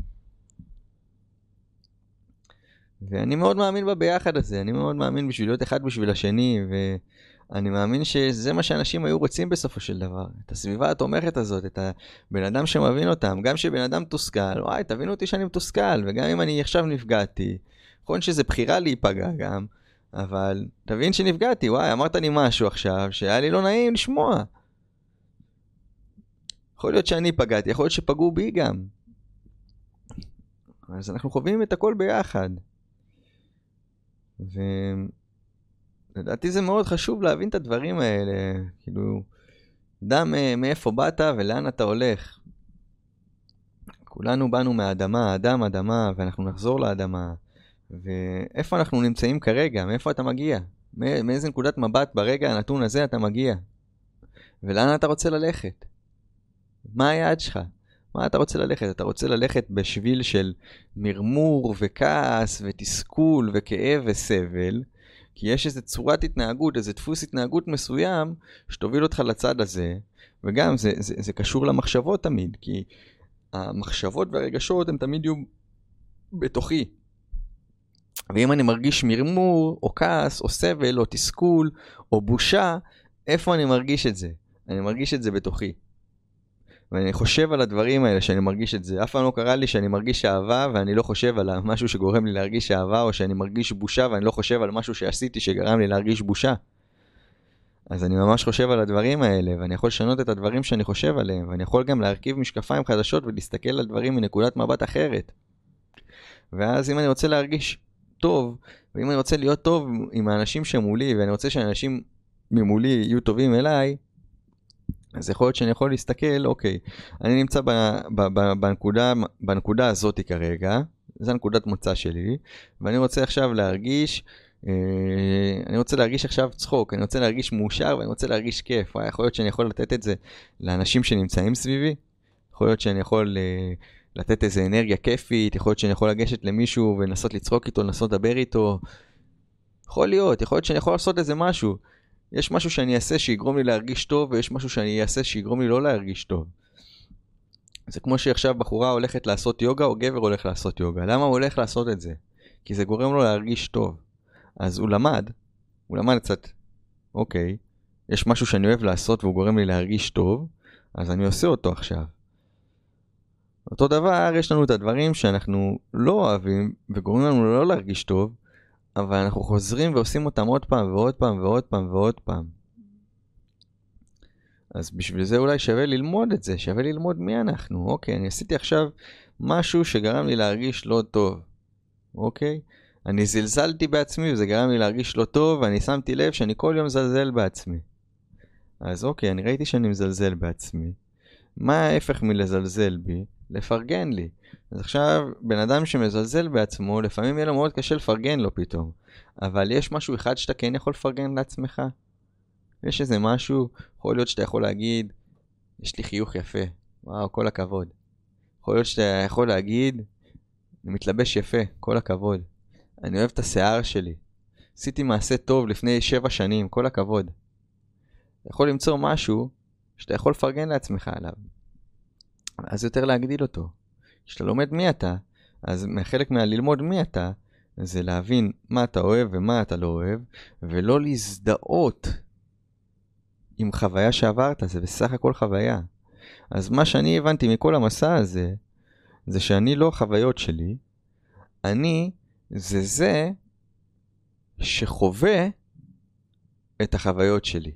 ואני מאוד מאמין בביחד הזה, אני מאוד מאמין בשביל להיות אחד בשביל השני, ואני מאמין שזה מה שאנשים היו רוצים בסופו של דבר. את הסביבה התומכת הזאת, את הבן אדם שמבין אותם, גם שבן אדם תוסכל, וואי, תבינו אותי שאני מתוסכל, וגם אם אני עכשיו נפגעתי, נכון שזה בחירה להיפגע גם, אבל תבין שנפגעתי, וואי, אמרת לי משהו עכשיו, שהיה לי לא נעים לשמוע. יכול להיות שאני פגעתי, יכול להיות שפגעו בי גם. אז אנחנו חווים את הכל ביחד. ולדעתי זה מאוד חשוב להבין את הדברים האלה, כאילו, דע מאיפה באת ולאן אתה הולך. כולנו באנו מהאדמה, אדם אדמה, ואנחנו נחזור לאדמה. ואיפה אנחנו נמצאים כרגע? מאיפה אתה מגיע? מאיזה נקודת מבט ברגע הנתון הזה אתה מגיע? ולאן אתה רוצה ללכת? מה היעד שלך? מה אתה רוצה ללכת? אתה רוצה ללכת בשביל של מרמור וכעס ותסכול וכאב וסבל, כי יש איזו צורת התנהגות, איזה דפוס התנהגות מסוים שתוביל אותך לצד הזה, וגם זה, זה, זה קשור למחשבות תמיד, כי המחשבות והרגשות הם תמיד יהיו בתוכי. ואם אני מרגיש מרמור או כעס או סבל או תסכול או בושה, איפה אני מרגיש את זה? אני מרגיש את זה בתוכי. ואני חושב על הדברים האלה שאני מרגיש את זה. אף פעם לא קרה לי שאני מרגיש אהבה ואני לא חושב על משהו שגורם לי להרגיש אהבה, או שאני מרגיש בושה ואני לא חושב על משהו שעשיתי שגרם לי להרגיש בושה. אז אני ממש חושב על הדברים האלה, ואני יכול לשנות את הדברים שאני חושב עליהם, ואני יכול גם להרכיב משקפיים חדשות ולהסתכל על דברים מנקודת מבט אחרת. ואז אם אני רוצה להרגיש טוב, ואם אני רוצה להיות טוב עם האנשים שמולי, ואני רוצה שהאנשים ממולי יהיו טובים אליי, אז יכול להיות שאני יכול להסתכל, אוקיי, אני נמצא בנקודה, בנקודה הזאת כרגע, זו הנקודת מוצא שלי, ואני רוצה עכשיו להרגיש, אני רוצה להרגיש עכשיו צחוק, אני רוצה להרגיש מאושר ואני רוצה להרגיש כיף. יכול להיות שאני יכול לתת את זה לאנשים שנמצאים סביבי, יכול להיות שאני יכול לתת איזה אנרגיה כיפית, יכול להיות שאני יכול לגשת למישהו ולנסות לצחוק איתו, לנסות לדבר איתו, יכול להיות, יכול להיות שאני יכול לעשות איזה משהו. יש משהו שאני אעשה שיגרום לי להרגיש טוב, ויש משהו שאני אעשה שיגרום לי לא להרגיש טוב. זה כמו שעכשיו בחורה הולכת לעשות יוגה, או גבר הולך לעשות יוגה. למה הוא הולך לעשות את זה? כי זה גורם לו להרגיש טוב. אז הוא למד, הוא למד קצת, אוקיי, יש משהו שאני אוהב לעשות והוא גורם לי להרגיש טוב, אז אני עושה אותו עכשיו. אותו דבר, יש לנו את הדברים שאנחנו לא אוהבים, וגורמים לנו לא להרגיש טוב, אבל אנחנו חוזרים ועושים אותם עוד פעם ועוד פעם ועוד פעם ועוד פעם. אז בשביל זה אולי שווה ללמוד את זה, שווה ללמוד מי אנחנו. אוקיי, אני עשיתי עכשיו משהו שגרם לי להרגיש לא טוב. אוקיי? אני זלזלתי בעצמי וזה גרם לי להרגיש לא טוב, ואני שמתי לב שאני כל יום זלזל בעצמי. אז אוקיי, אני ראיתי שאני מזלזל בעצמי. מה ההפך מלזלזל בי? לפרגן לי. אז עכשיו, בן אדם שמזלזל בעצמו, לפעמים יהיה לו מאוד קשה לפרגן לו פתאום. אבל יש משהו אחד שאתה כן יכול לפרגן לעצמך? יש איזה משהו, יכול להיות שאתה יכול להגיד, יש לי חיוך יפה, וואו, כל הכבוד. יכול להיות שאתה יכול להגיד, אני מתלבש יפה, כל הכבוד. אני אוהב את השיער שלי. עשיתי מעשה טוב לפני שבע שנים, כל הכבוד. אתה יכול למצוא משהו שאתה יכול לפרגן לעצמך עליו. אז יותר להגדיל אותו. כשאתה לומד מי אתה, אז חלק מהללמוד מי אתה, זה להבין מה אתה אוהב ומה אתה לא אוהב, ולא להזדהות עם חוויה שעברת, זה בסך הכל חוויה. אז מה שאני הבנתי מכל המסע הזה, זה שאני לא החוויות שלי, אני זה זה שחווה את החוויות שלי.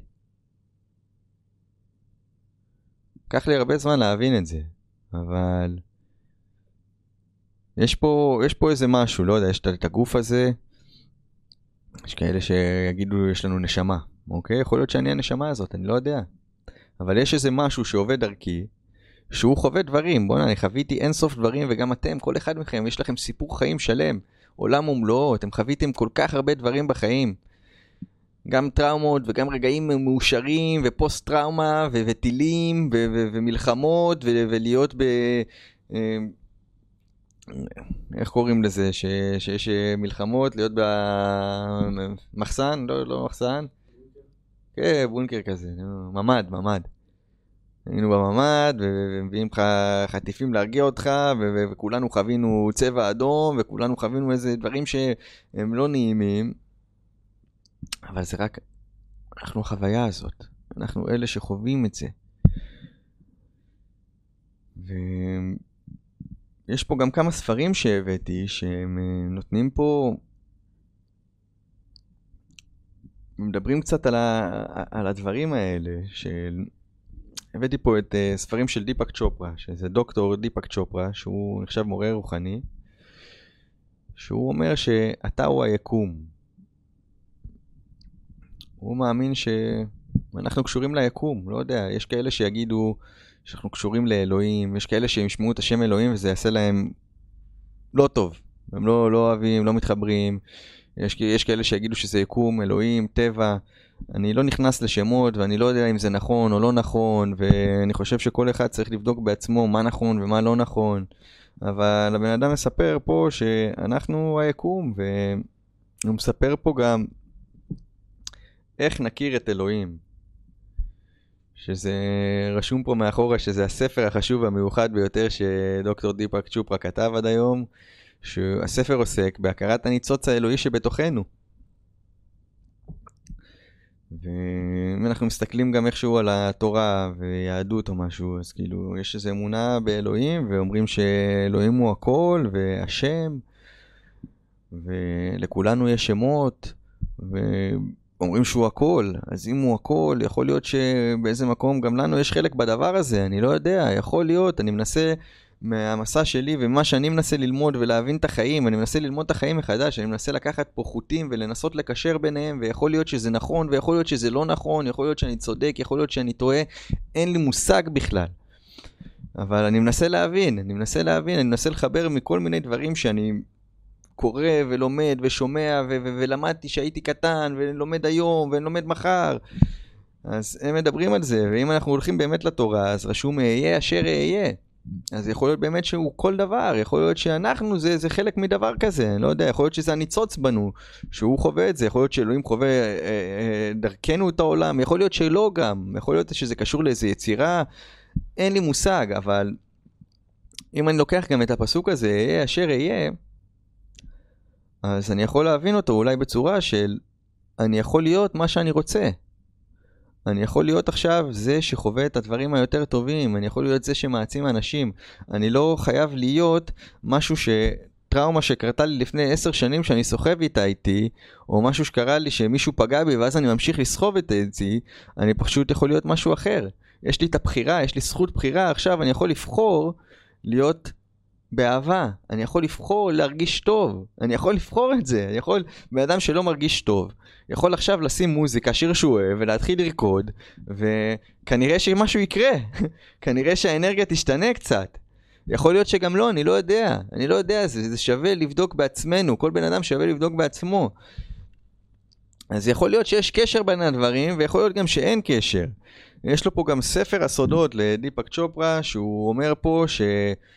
לקח לי הרבה זמן להבין את זה, אבל יש פה, יש פה איזה משהו, לא יודע, יש את הגוף הזה, יש כאלה שיגידו יש לנו נשמה, אוקיי? יכול להיות שאני הנשמה הזאת, אני לא יודע. אבל יש איזה משהו שעובד דרכי, שהוא חווה דברים. בוא'נה, אני חוויתי אינסוף דברים, וגם אתם, כל אחד מכם, יש לכם סיפור חיים שלם, עולם ומלואו, אתם חוויתם כל כך הרבה דברים בחיים. גם טראומות וגם רגעים מאושרים ופוסט טראומה ו- וטילים ו- ו- ומלחמות ו- ולהיות ב... איך קוראים לזה? ש- שיש מלחמות, להיות במחסן? לא, לא מחסן. כן, בונקר כזה, ממד, ממד. היינו בממד ומביאים לך חטיפים להרגיע אותך ו- וכולנו חווינו צבע אדום וכולנו חווינו איזה דברים שהם לא נעימים. אבל זה רק, אנחנו החוויה הזאת, אנחנו אלה שחווים את זה. ויש פה גם כמה ספרים שהבאתי שהם נותנים פה, מדברים קצת על, ה, על הדברים האלה. של... הבאתי פה את uh, ספרים של דיפק צ'ופרה, שזה דוקטור דיפק צ'ופרה, שהוא נחשב מורה רוחני, שהוא אומר שאתה הוא היקום. הוא מאמין שאנחנו קשורים ליקום, לא יודע, יש כאלה שיגידו שאנחנו קשורים לאלוהים, יש כאלה שישמעו את השם אלוהים וזה יעשה להם לא טוב, הם לא, לא אוהבים, לא מתחברים, יש, יש כאלה שיגידו שזה יקום, אלוהים, טבע, אני לא נכנס לשמות ואני לא יודע אם זה נכון או לא נכון, ואני חושב שכל אחד צריך לבדוק בעצמו מה נכון ומה לא נכון, אבל הבן אדם מספר פה שאנחנו היקום, והוא מספר פה גם איך נכיר את אלוהים, שזה רשום פה מאחורה שזה הספר החשוב והמיוחד ביותר שדוקטור דיפק צ'ופרה כתב עד היום, שהספר עוסק בהכרת הניצוץ האלוהי שבתוכנו. ואם אנחנו מסתכלים גם איכשהו על התורה ויהדות או משהו, אז כאילו יש איזו אמונה באלוהים ואומרים שאלוהים הוא הכל והשם, ולכולנו יש שמות ו... אומרים שהוא הכל, אז אם הוא הכל, יכול להיות שבאיזה מקום גם לנו יש חלק בדבר הזה, אני לא יודע, יכול להיות, אני מנסה מהמסע שלי ומה שאני מנסה ללמוד ולהבין את החיים, אני מנסה ללמוד את החיים מחדש, אני מנסה לקחת פה חוטים ולנסות לקשר ביניהם, ויכול להיות שזה נכון ויכול להיות שזה לא נכון, יכול להיות שאני צודק, יכול להיות שאני טועה, אין לי מושג בכלל. אבל אני מנסה להבין, אני מנסה להבין, אני מנסה לחבר מכל מיני דברים שאני קורא ולומד ושומע ו- ו- ולמדתי שהייתי קטן ולומד היום ולומד מחר. אז הם מדברים על זה, ואם אנחנו הולכים באמת לתורה אז רשום יהיה אשר יהיה. אז יכול להיות באמת שהוא כל דבר, יכול להיות שאנחנו זה, זה חלק מדבר כזה, אני לא יודע, יכול להיות שזה הניצוץ בנו, שהוא חווה את זה, יכול להיות שאלוהים חווה אה, אה, דרכנו את העולם, יכול להיות שלא גם, יכול להיות שזה קשור לאיזו יצירה, אין לי מושג, אבל אם אני לוקח גם את הפסוק הזה, יהיה אשר יהיה, אז אני יכול להבין אותו אולי בצורה של אני יכול להיות מה שאני רוצה. אני יכול להיות עכשיו זה שחווה את הדברים היותר טובים, אני יכול להיות זה שמעצים אנשים. אני לא חייב להיות משהו ש... טראומה שקרתה לי לפני עשר שנים שאני סוחב איתה איתי, או משהו שקרה לי שמישהו פגע בי ואז אני ממשיך לסחוב את איתי, אני פשוט יכול להיות משהו אחר. יש לי את הבחירה, יש לי זכות בחירה, עכשיו אני יכול לבחור להיות באהבה, אני יכול לבחור להרגיש טוב, אני יכול לבחור את זה, אני יכול, באדם שלא מרגיש טוב, יכול עכשיו לשים מוזיקה, שיר שהוא אוהב, ולהתחיל לרקוד, וכנראה שמשהו יקרה, כנראה שהאנרגיה תשתנה קצת, יכול להיות שגם לא, אני לא יודע, אני לא יודע, זה, זה שווה לבדוק בעצמנו, כל בן אדם שווה לבדוק בעצמו, אז יכול להיות שיש קשר בין הדברים, ויכול להיות גם שאין קשר, יש לו פה גם ספר הסודות לדיפק צ'ופרה, שהוא אומר פה ש...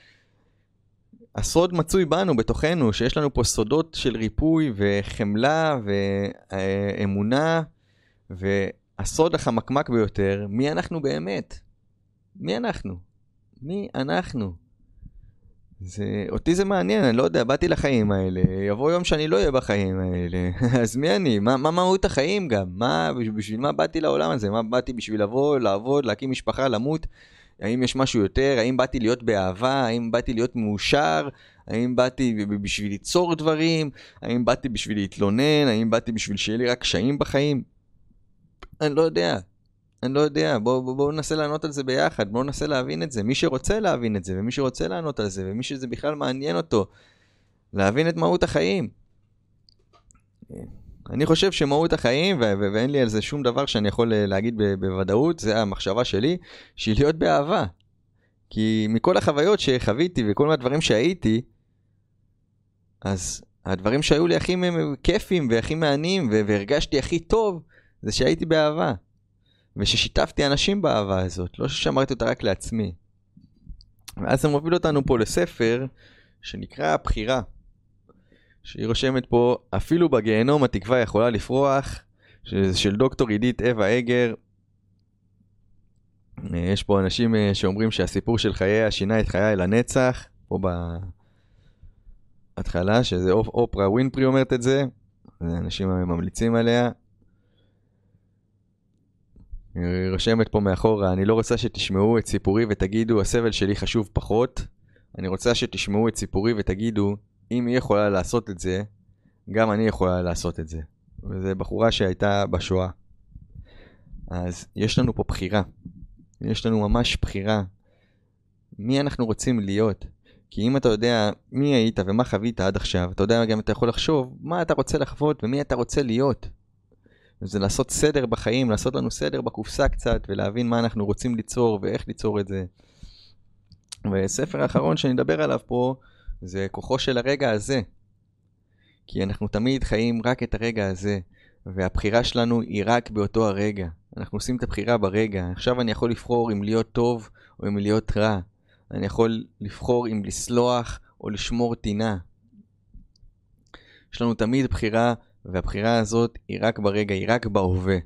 הסוד מצוי בנו, בתוכנו, שיש לנו פה סודות של ריפוי וחמלה ואמונה, והסוד החמקמק ביותר, מי אנחנו באמת? מי אנחנו? מי אנחנו? זה, אותי זה מעניין, אני לא יודע, באתי לחיים האלה, יבוא יום שאני לא אהיה בחיים האלה, אז מי אני? מה, מה מהות החיים גם? מה, בשביל מה באתי לעולם הזה? מה באתי בשביל לבוא, לעבוד, להקים משפחה, למות? האם יש משהו יותר? האם באתי להיות באהבה? האם באתי להיות מאושר? האם באתי בשביל ליצור דברים? האם באתי בשביל להתלונן? האם באתי בשביל שיהיה לי רק קשיים בחיים? אני לא יודע. אני לא יודע. בואו בוא, בוא ננסה לענות על זה ביחד. בואו ננסה להבין את זה. מי שרוצה להבין את זה, ומי שרוצה לענות על זה, ומי שזה בכלל מעניין אותו, להבין את מהות החיים. אני חושב שמהות החיים, ו- ו- ואין לי על זה שום דבר שאני יכול להגיד ב- בוודאות, זה המחשבה שלי, שהיא להיות באהבה. כי מכל החוויות שחוויתי וכל הדברים שהייתי, אז הדברים שהיו לי הכי כיפים והכי מעניינים ו- והרגשתי הכי טוב, זה שהייתי באהבה. וששיתפתי אנשים באהבה הזאת, לא ששמרתי אותה רק לעצמי. ואז זה מוביל אותנו פה לספר שנקרא הבחירה. שהיא רושמת פה, אפילו בגיהנום התקווה יכולה לפרוח, שזה של דוקטור עידית אווה אגר. יש פה אנשים שאומרים שהסיפור של חייה שינה את חיי לנצח, פה בהתחלה, שזה אופרה ווינפרי אומרת את זה, אנשים ממליצים עליה. היא רושמת פה מאחורה, אני לא רוצה שתשמעו את סיפורי ותגידו, הסבל שלי חשוב פחות, אני רוצה שתשמעו את סיפורי ותגידו, אם היא יכולה לעשות את זה, גם אני יכולה לעשות את זה. וזו בחורה שהייתה בשואה. אז יש לנו פה בחירה. יש לנו ממש בחירה. מי אנחנו רוצים להיות? כי אם אתה יודע מי היית ומה חווית עד עכשיו, אתה יודע גם אתה יכול לחשוב מה אתה רוצה לחוות ומי אתה רוצה להיות. וזה לעשות סדר בחיים, לעשות לנו סדר בקופסה קצת, ולהבין מה אנחנו רוצים ליצור ואיך ליצור את זה. וספר האחרון שאני אדבר עליו פה, זה כוחו של הרגע הזה. כי אנחנו תמיד חיים רק את הרגע הזה, והבחירה שלנו היא רק באותו הרגע. אנחנו עושים את הבחירה ברגע. עכשיו אני יכול לבחור אם להיות טוב או אם להיות רע. אני יכול לבחור אם לסלוח או לשמור טינה. יש לנו תמיד בחירה, והבחירה הזאת היא רק ברגע, היא רק בהווה.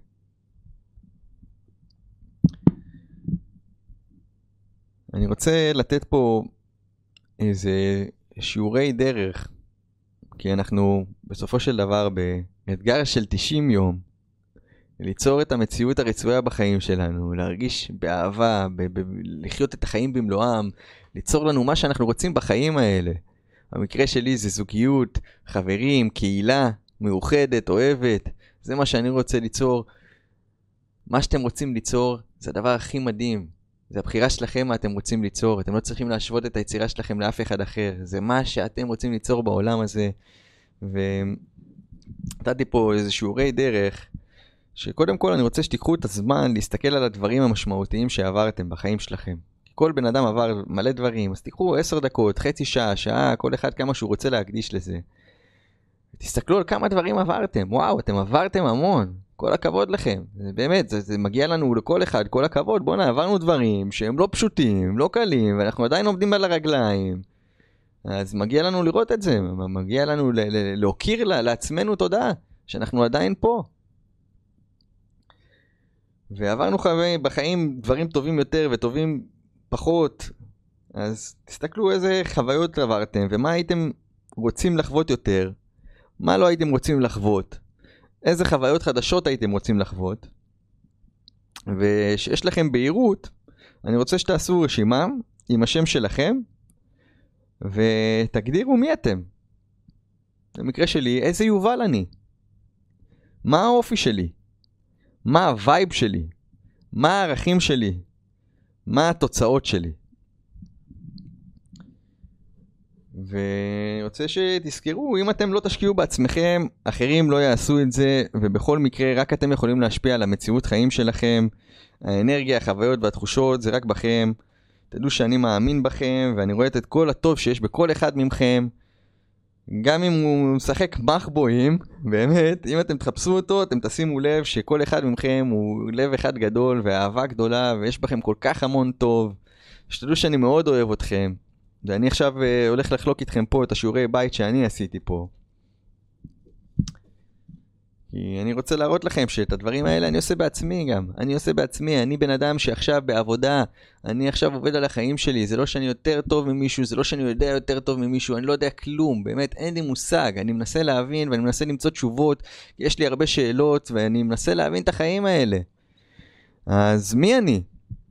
אני רוצה לתת פה איזה שיעורי דרך, כי אנחנו בסופו של דבר באתגר של תשעים יום, ליצור את המציאות הרצויה בחיים שלנו, להרגיש באהבה, ב- ב- לחיות את החיים במלואם, ליצור לנו מה שאנחנו רוצים בחיים האלה. במקרה שלי זה זוגיות, חברים, קהילה, מאוחדת, אוהבת, זה מה שאני רוצה ליצור. מה שאתם רוצים ליצור זה הדבר הכי מדהים. זה הבחירה שלכם מה אתם רוצים ליצור. אתם לא צריכים להשוות את היצירה שלכם לאף אחד אחר. זה מה שאתם רוצים ליצור בעולם הזה. ונתתי פה איזה שיעורי דרך, שקודם כל אני רוצה שתיקחו את הזמן להסתכל על הדברים המשמעותיים שעברתם בחיים שלכם. כל בן אדם עבר מלא דברים, אז תיקחו עשר דקות, חצי שעה, שעה, כל אחד כמה שהוא רוצה להקדיש לזה. תסתכלו על כמה דברים עברתם. וואו, אתם עברתם המון. כל הכבוד לכם. זה באמת, זה, זה מגיע לנו לכל אחד, כל הכבוד. בואו נעברנו דברים שהם לא פשוטים, לא קלים, ואנחנו עדיין עומדים על הרגליים. אז מגיע לנו לראות את זה. מגיע לנו ל- ל- להוקיר לה, לעצמנו תודה, שאנחנו עדיין פה. ועברנו חיים, בחיים דברים טובים יותר וטובים פחות. אז תסתכלו איזה חוויות עברתם, ומה הייתם רוצים לחוות יותר. מה לא הייתם רוצים לחוות? איזה חוויות חדשות הייתם רוצים לחוות? ושיש לכם בהירות, אני רוצה שתעשו רשימה עם השם שלכם, ותגדירו מי אתם. במקרה שלי, איזה יובל אני? מה האופי שלי? מה הווייב שלי? מה הערכים שלי? מה התוצאות שלי? ואני רוצה שתזכרו, אם אתם לא תשקיעו בעצמכם, אחרים לא יעשו את זה, ובכל מקרה רק אתם יכולים להשפיע על המציאות חיים שלכם. האנרגיה, החוויות והתחושות זה רק בכם. תדעו שאני מאמין בכם, ואני רואה את כל הטוב שיש בכל אחד מכם. גם אם הוא משחק מחבואים, באמת, אם אתם תחפשו אותו, אתם תשימו לב שכל אחד מכם הוא לב אחד גדול ואהבה גדולה, ויש בכם כל כך המון טוב. שתדעו שאני מאוד אוהב אתכם. ואני עכשיו uh, הולך לחלוק איתכם פה את השיעורי בית שאני עשיתי פה. כי אני רוצה להראות לכם שאת הדברים האלה אני עושה בעצמי גם. אני עושה בעצמי, אני בן אדם שעכשיו בעבודה, אני עכשיו עובד על החיים שלי. זה לא שאני יותר טוב ממישהו, זה לא שאני יודע יותר טוב ממישהו, אני לא יודע כלום, באמת אין לי מושג. אני מנסה להבין ואני מנסה למצוא תשובות, יש לי הרבה שאלות ואני מנסה להבין את החיים האלה. אז מי אני?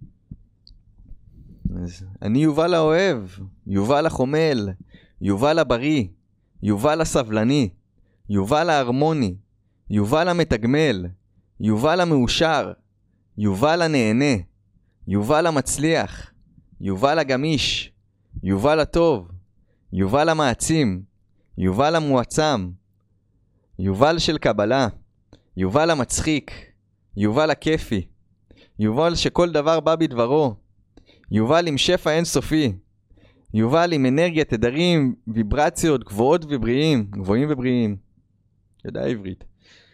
אז אני יובל האוהב, יובל החומל, יובל הבריא, יובל הסבלני, יובל ההרמוני, יובל המתגמל, יובל המאושר, יובל הנהנה, יובל המצליח, יובל הגמיש, יובל הטוב, יובל המעצים, יובל המועצם, יובל של קבלה, יובל המצחיק, יובל הכיפי, יובל שכל דבר בא בדברו, יובל עם שפע אינסופי, יובל עם אנרגיה, תדרים, ויברציות גבוהות ובריאים, גבוהים ובריאים. יודע עברית.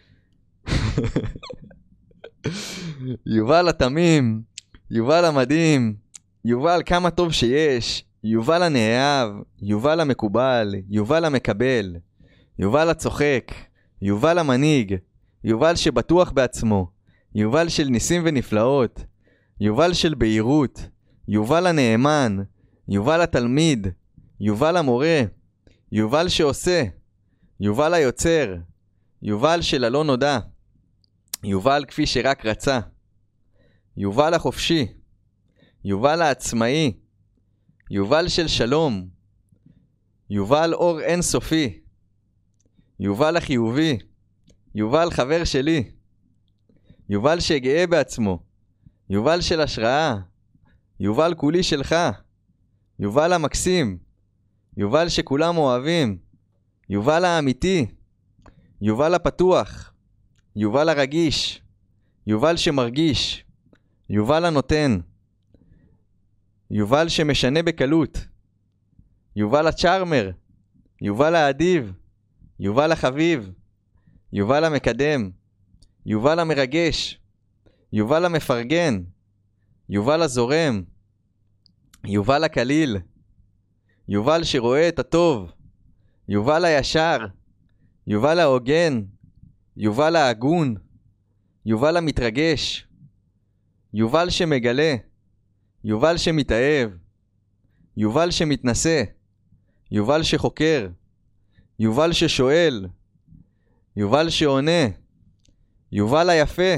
יובל התמים, יובל המדהים, יובל כמה טוב שיש, יובל הנאהב, יובל המקובל, יובל המקבל, יובל הצוחק, יובל המנהיג, יובל שבטוח בעצמו, יובל של ניסים ונפלאות, יובל של בהירות, יובל הנאמן, יובל התלמיד, יובל המורה, יובל שעושה, יובל היוצר, יובל של הלא נודע, יובל כפי שרק רצה, יובל החופשי, יובל העצמאי, יובל של שלום, יובל אור אינסופי, יובל החיובי, יובל חבר שלי, יובל שגאה בעצמו, יובל של השראה, יובל כולי שלך, יובל המקסים, יובל שכולם אוהבים, יובל האמיתי, יובל הפתוח, יובל הרגיש, יובל שמרגיש, יובל הנותן, יובל שמשנה בקלות, יובל הצ'ארמר, יובל האדיב, יובל החביב, יובל המקדם, יובל המרגש, יובל המפרגן, יובל הזורם, יובל הקליל, יובל שרואה את הטוב, יובל הישר, יובל ההוגן, יובל ההגון, יובל המתרגש, יובל שמגלה, יובל שמתאהב, יובל שמתנשא, יובל שחוקר, יובל ששואל, יובל שעונה, יובל היפה,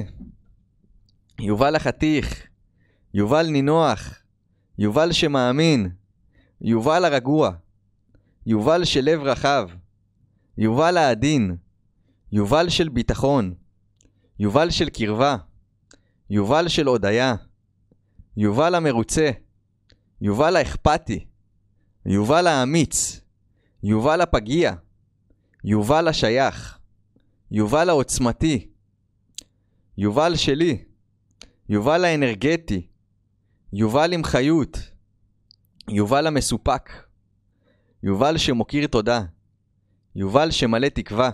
יובל החתיך, יובל נינוח, יובל שמאמין, יובל הרגוע, יובל של לב רחב, יובל העדין, יובל של ביטחון, יובל של קרבה, יובל של הודיה, יובל המרוצה, יובל האכפתי, יובל האמיץ, יובל הפגיע, יובל השייך, יובל העוצמתי, יובל שלי, יובל האנרגטי, יובל עם חיות, יובל המסופק, יובל שמוקיר תודה, יובל שמלא תקווה,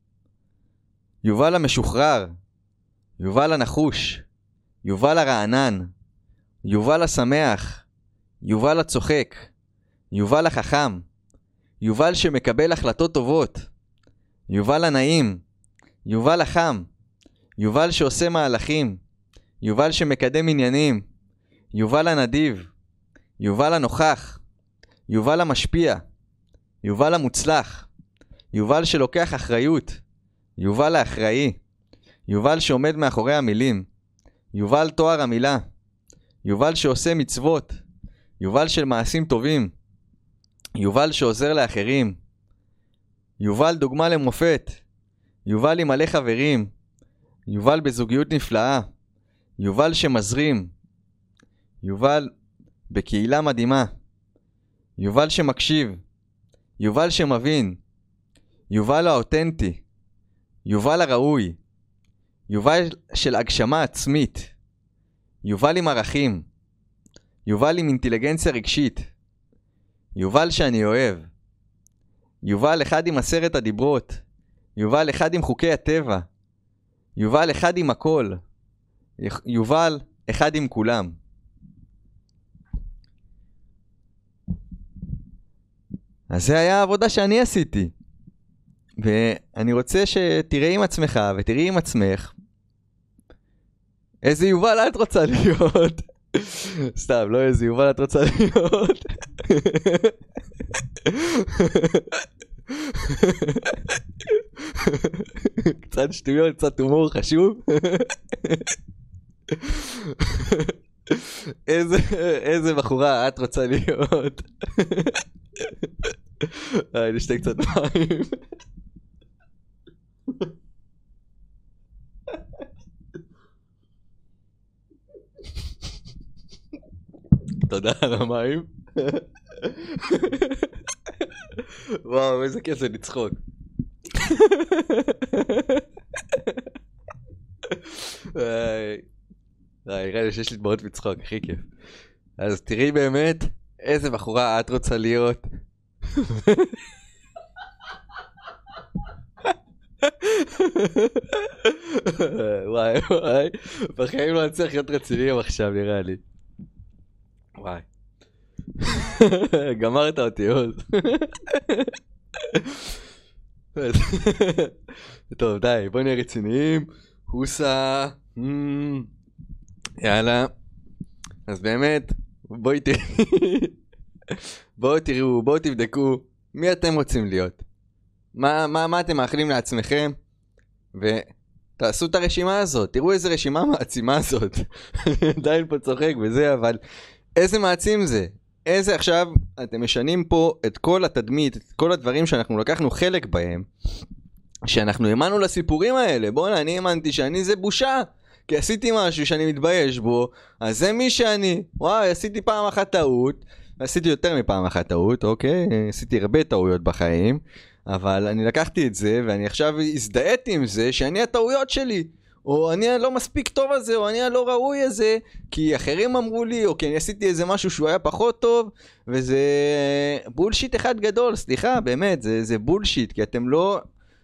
יובל המשוחרר, יובל הנחוש, יובל הרענן, יובל השמח, יובל הצוחק, יובל החכם, יובל שמקבל החלטות טובות, יובל הנעים, יובל החם, יובל שעושה מהלכים, יובל שמקדם עניינים, יובל הנדיב, יובל הנוכח, יובל המשפיע, יובל המוצלח, יובל שלוקח אחריות, יובל האחראי, יובל שעומד מאחורי המילים, יובל תואר המילה, יובל שעושה מצוות, יובל של מעשים טובים, יובל שעוזר לאחרים, יובל דוגמה למופת, יובל עם מלא חברים, יובל בזוגיות נפלאה, יובל שמזרים, יובל בקהילה מדהימה. יובל שמקשיב. יובל שמבין. יובל האותנטי. יובל הראוי. יובל של הגשמה עצמית. יובל עם ערכים. יובל עם אינטליגנציה רגשית. יובל שאני אוהב. יובל אחד עם עשרת הדיברות. יובל אחד עם חוקי הטבע. יובל אחד עם הכל. יובל אחד עם כולם. אז זה היה העבודה שאני עשיתי. ואני רוצה שתראי עם עצמך ותראי עם עצמך איזה יובל את רוצה להיות. סתם, לא איזה יובל את רוצה להיות. קצת שטויות, קצת הומור חשוב. איזה, איזה בחורה את רוצה להיות. אה, נשתה קצת מים. תודה על המים. וואו, איזה כיף זה לצחוק. נראה לי שיש לי דמעות מצחוק, הכי כיף. אז תראי באמת איזה בחורה את רוצה להיות. וואי וואי, בחיים לא צריך להיות רציניים עכשיו נראה לי. וואי. גמרת אותי עוז. טוב די, בוא נהיה רציניים. הוסה. יאללה. אז באמת, בואי תראי. בואו תראו, בואו תבדקו מי אתם רוצים להיות. מה, מה, מה אתם מאחלים לעצמכם? ותעשו את הרשימה הזאת. תראו איזה רשימה מעצימה הזאת. עדיין פה צוחק וזה, אבל איזה מעצים זה? איזה עכשיו אתם משנים פה את כל התדמית, את כל הדברים שאנחנו לקחנו חלק בהם, שאנחנו האמנו לסיפורים האלה. בואו, אני האמנתי שאני זה בושה, כי עשיתי משהו שאני מתבייש בו, אז זה מי שאני. וואי, עשיתי פעם אחת טעות, עשיתי יותר מפעם אחת טעות, אוקיי? עשיתי הרבה טעויות בחיים, אבל אני לקחתי את זה, ואני עכשיו הזדהיתי עם זה שאני הטעויות שלי. או אני לא מספיק טוב הזה, או אני לא ראוי הזה, כי אחרים אמרו לי, או כי אני עשיתי איזה משהו שהוא היה פחות טוב, וזה בולשיט אחד גדול, סליחה, באמת, זה, זה בולשיט, כי אתם לא,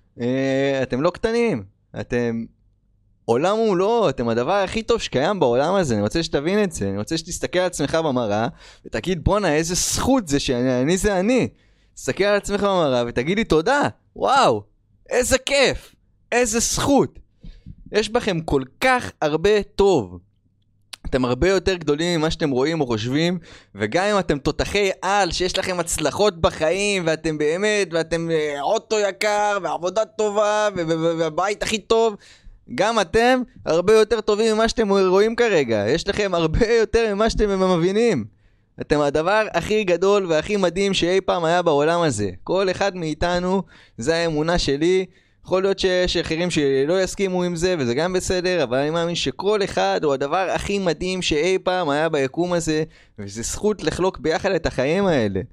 אה, אתם לא קטנים, אתם עולם הוא לא, אתם הדבר הכי טוב שקיים בעולם הזה, אני רוצה שתבין את זה, אני רוצה שתסתכל על עצמך במראה, ותגיד בונה איזה זכות זה שאני, אני זה אני, תסתכל על עצמך במראה ותגיד לי תודה, וואו, איזה כיף, איזה זכות. יש בכם כל כך הרבה טוב. אתם הרבה יותר גדולים ממה שאתם רואים או חושבים, וגם אם אתם תותחי על, שיש לכם הצלחות בחיים, ואתם באמת, ואתם אוטו יקר, ועבודה טובה, והבית הכי טוב, גם אתם הרבה יותר טובים ממה שאתם רואים כרגע. יש לכם הרבה יותר ממה שאתם מבינים. אתם הדבר הכי גדול והכי מדהים שאי פעם היה בעולם הזה. כל אחד מאיתנו, זה האמונה שלי. יכול להיות שיש אחרים שלא יסכימו עם זה, וזה גם בסדר, אבל אני מאמין שכל אחד הוא הדבר הכי מדהים שאי פעם היה ביקום הזה, וזה זכות לחלוק ביחד את החיים האלה.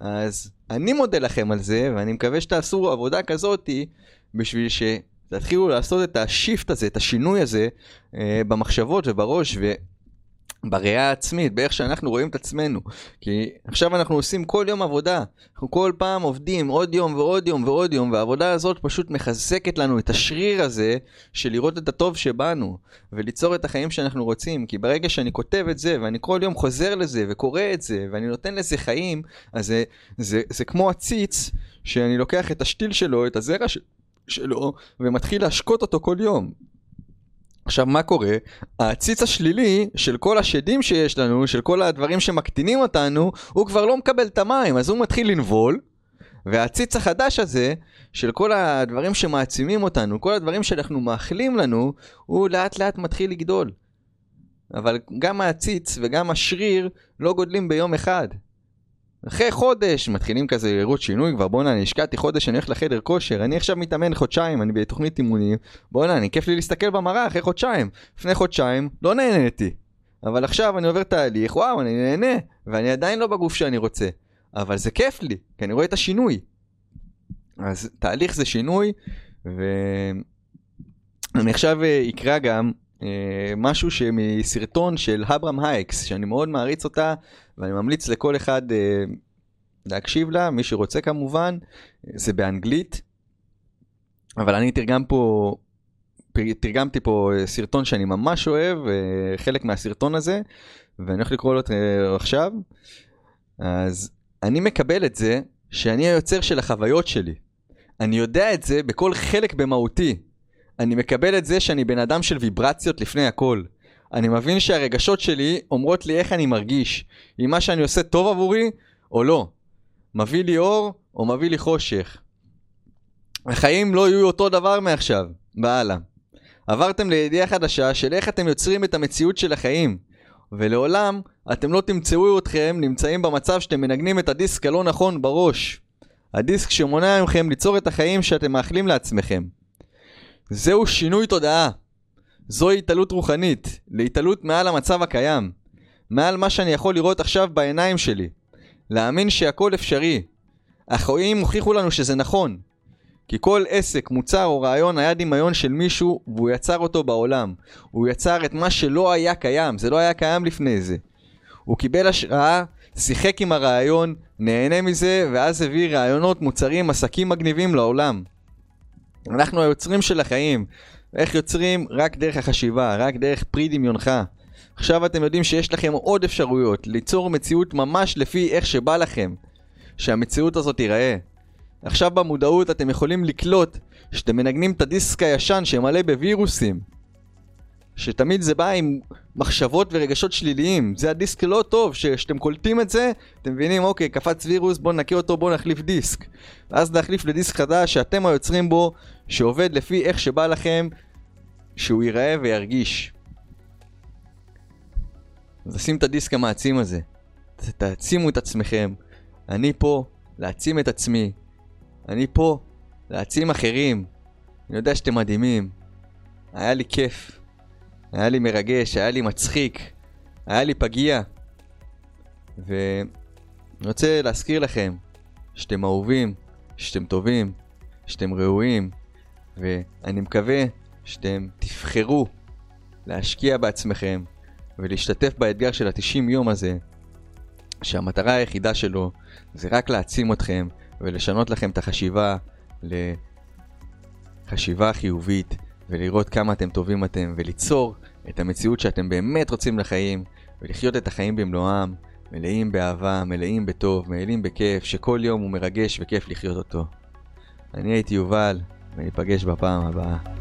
אז אני מודה לכם על זה, ואני מקווה שתעשו עבודה כזאת, בשביל שתתחילו לעשות את השיפט הזה, את השינוי הזה, במחשבות ובראש, ו... בראייה העצמית, באיך שאנחנו רואים את עצמנו. כי עכשיו אנחנו עושים כל יום עבודה, אנחנו כל פעם עובדים עוד יום ועוד יום ועוד יום, והעבודה הזאת פשוט מחזקת לנו את השריר הזה של לראות את הטוב שבנו וליצור את החיים שאנחנו רוצים. כי ברגע שאני כותב את זה ואני כל יום חוזר לזה וקורא את זה ואני נותן לזה חיים, אז זה, זה, זה כמו הציץ שאני לוקח את השתיל שלו, את הזרע ש... שלו, ומתחיל להשקות אותו כל יום. עכשיו מה קורה? הציץ השלילי של כל השדים שיש לנו, של כל הדברים שמקטינים אותנו, הוא כבר לא מקבל את המים, אז הוא מתחיל לנבול, והציץ החדש הזה, של כל הדברים שמעצימים אותנו, כל הדברים שאנחנו מאכלים לנו, הוא לאט לאט מתחיל לגדול. אבל גם הציץ וגם השריר לא גודלים ביום אחד. אחרי חודש מתחילים כזה לראות שינוי, כבר בואו אני השקעתי חודש, אני הולך לחדר כושר, אני עכשיו מתאמן חודשיים, אני בתוכנית אימונים, בואו אני כיף לי להסתכל במראה אחרי חודשיים, לפני חודשיים לא נהניתי, אבל עכשיו אני עובר תהליך, וואו, אני נהנה, ואני עדיין לא בגוף שאני רוצה. אבל זה כיף לי, כי אני רואה את השינוי. אז תהליך זה שינוי, ואני עכשיו אקרא גם אה, משהו שמסרטון של אברהם הייקס, שאני מאוד מעריץ אותה, ואני ממליץ לכל אחד אה, להקשיב לה, מי שרוצה כמובן, זה באנגלית, אבל אני תרגם פה, תרגמתי פה סרטון שאני ממש אוהב, חלק מהסרטון הזה, ואני הולך לקרוא לו עכשיו. אז אני מקבל את זה שאני היוצר של החוויות שלי. אני יודע את זה בכל חלק במהותי. אני מקבל את זה שאני בן אדם של ויברציות לפני הכל. אני מבין שהרגשות שלי אומרות לי איך אני מרגיש, אם מה שאני עושה טוב עבורי או לא. מביא לי אור או מביא לי חושך. החיים לא יהיו אותו דבר מעכשיו, בהלאה. עברתם לידיעה חדשה של איך אתם יוצרים את המציאות של החיים, ולעולם אתם לא תמצאו אתכם נמצאים במצב שאתם מנגנים את הדיסק הלא נכון בראש. הדיסק שמונע מכם ליצור את החיים שאתם מאחלים לעצמכם. זהו שינוי תודעה. זוהי התעלות רוחנית, להתעלות מעל המצב הקיים, מעל מה שאני יכול לראות עכשיו בעיניים שלי. להאמין שהכל אפשרי. החיים הוכיחו לנו שזה נכון. כי כל עסק, מוצר או רעיון היה דמיון של מישהו והוא יצר אותו בעולם. הוא יצר את מה שלא היה קיים, זה לא היה קיים לפני זה. הוא קיבל השראה, שיחק עם הרעיון, נהנה מזה ואז הביא רעיונות, מוצרים, עסקים מגניבים לעולם. אנחנו היוצרים של החיים. איך יוצרים? רק דרך החשיבה, רק דרך פרי דמיונך. עכשיו אתם יודעים שיש לכם עוד אפשרויות ליצור מציאות ממש לפי איך שבא לכם, שהמציאות הזאת תיראה. עכשיו במודעות אתם יכולים לקלוט שאתם מנגנים את הדיסק הישן שמלא בווירוסים, שתמיד זה בא עם מחשבות ורגשות שליליים. זה הדיסק לא טוב, שאתם קולטים את זה אתם מבינים, אוקיי, קפץ וירוס, בוא נקי אותו, בוא נחליף דיסק, ואז נחליף לדיסק חדש שאתם היוצרים בו, שעובד לפי איך שבא לכם שהוא ייראה וירגיש. אז שים את הדיסק המעצים הזה, תעצימו את עצמכם. אני פה להעצים את עצמי, אני פה להעצים אחרים. אני יודע שאתם מדהימים. היה לי כיף, היה לי מרגש, היה לי מצחיק, היה לי פגיע. ואני רוצה להזכיר לכם שאתם אהובים, שאתם טובים, שאתם ראויים, ואני מקווה שאתם תבחרו להשקיע בעצמכם ולהשתתף באתגר של ה-תשעים יום הזה, שהמטרה היחידה שלו זה רק להעצים אתכם ולשנות לכם את החשיבה לחשיבה חיובית, ולראות כמה אתם טובים אתם, וליצור את המציאות שאתם באמת רוצים לחיים, ולחיות את החיים במלואם, מלאים באהבה, מלאים בטוב, מלאים בכיף, שכל יום הוא מרגש וכיף לחיות אותו. אני הייתי יובל, וניפגש בפעם הבאה.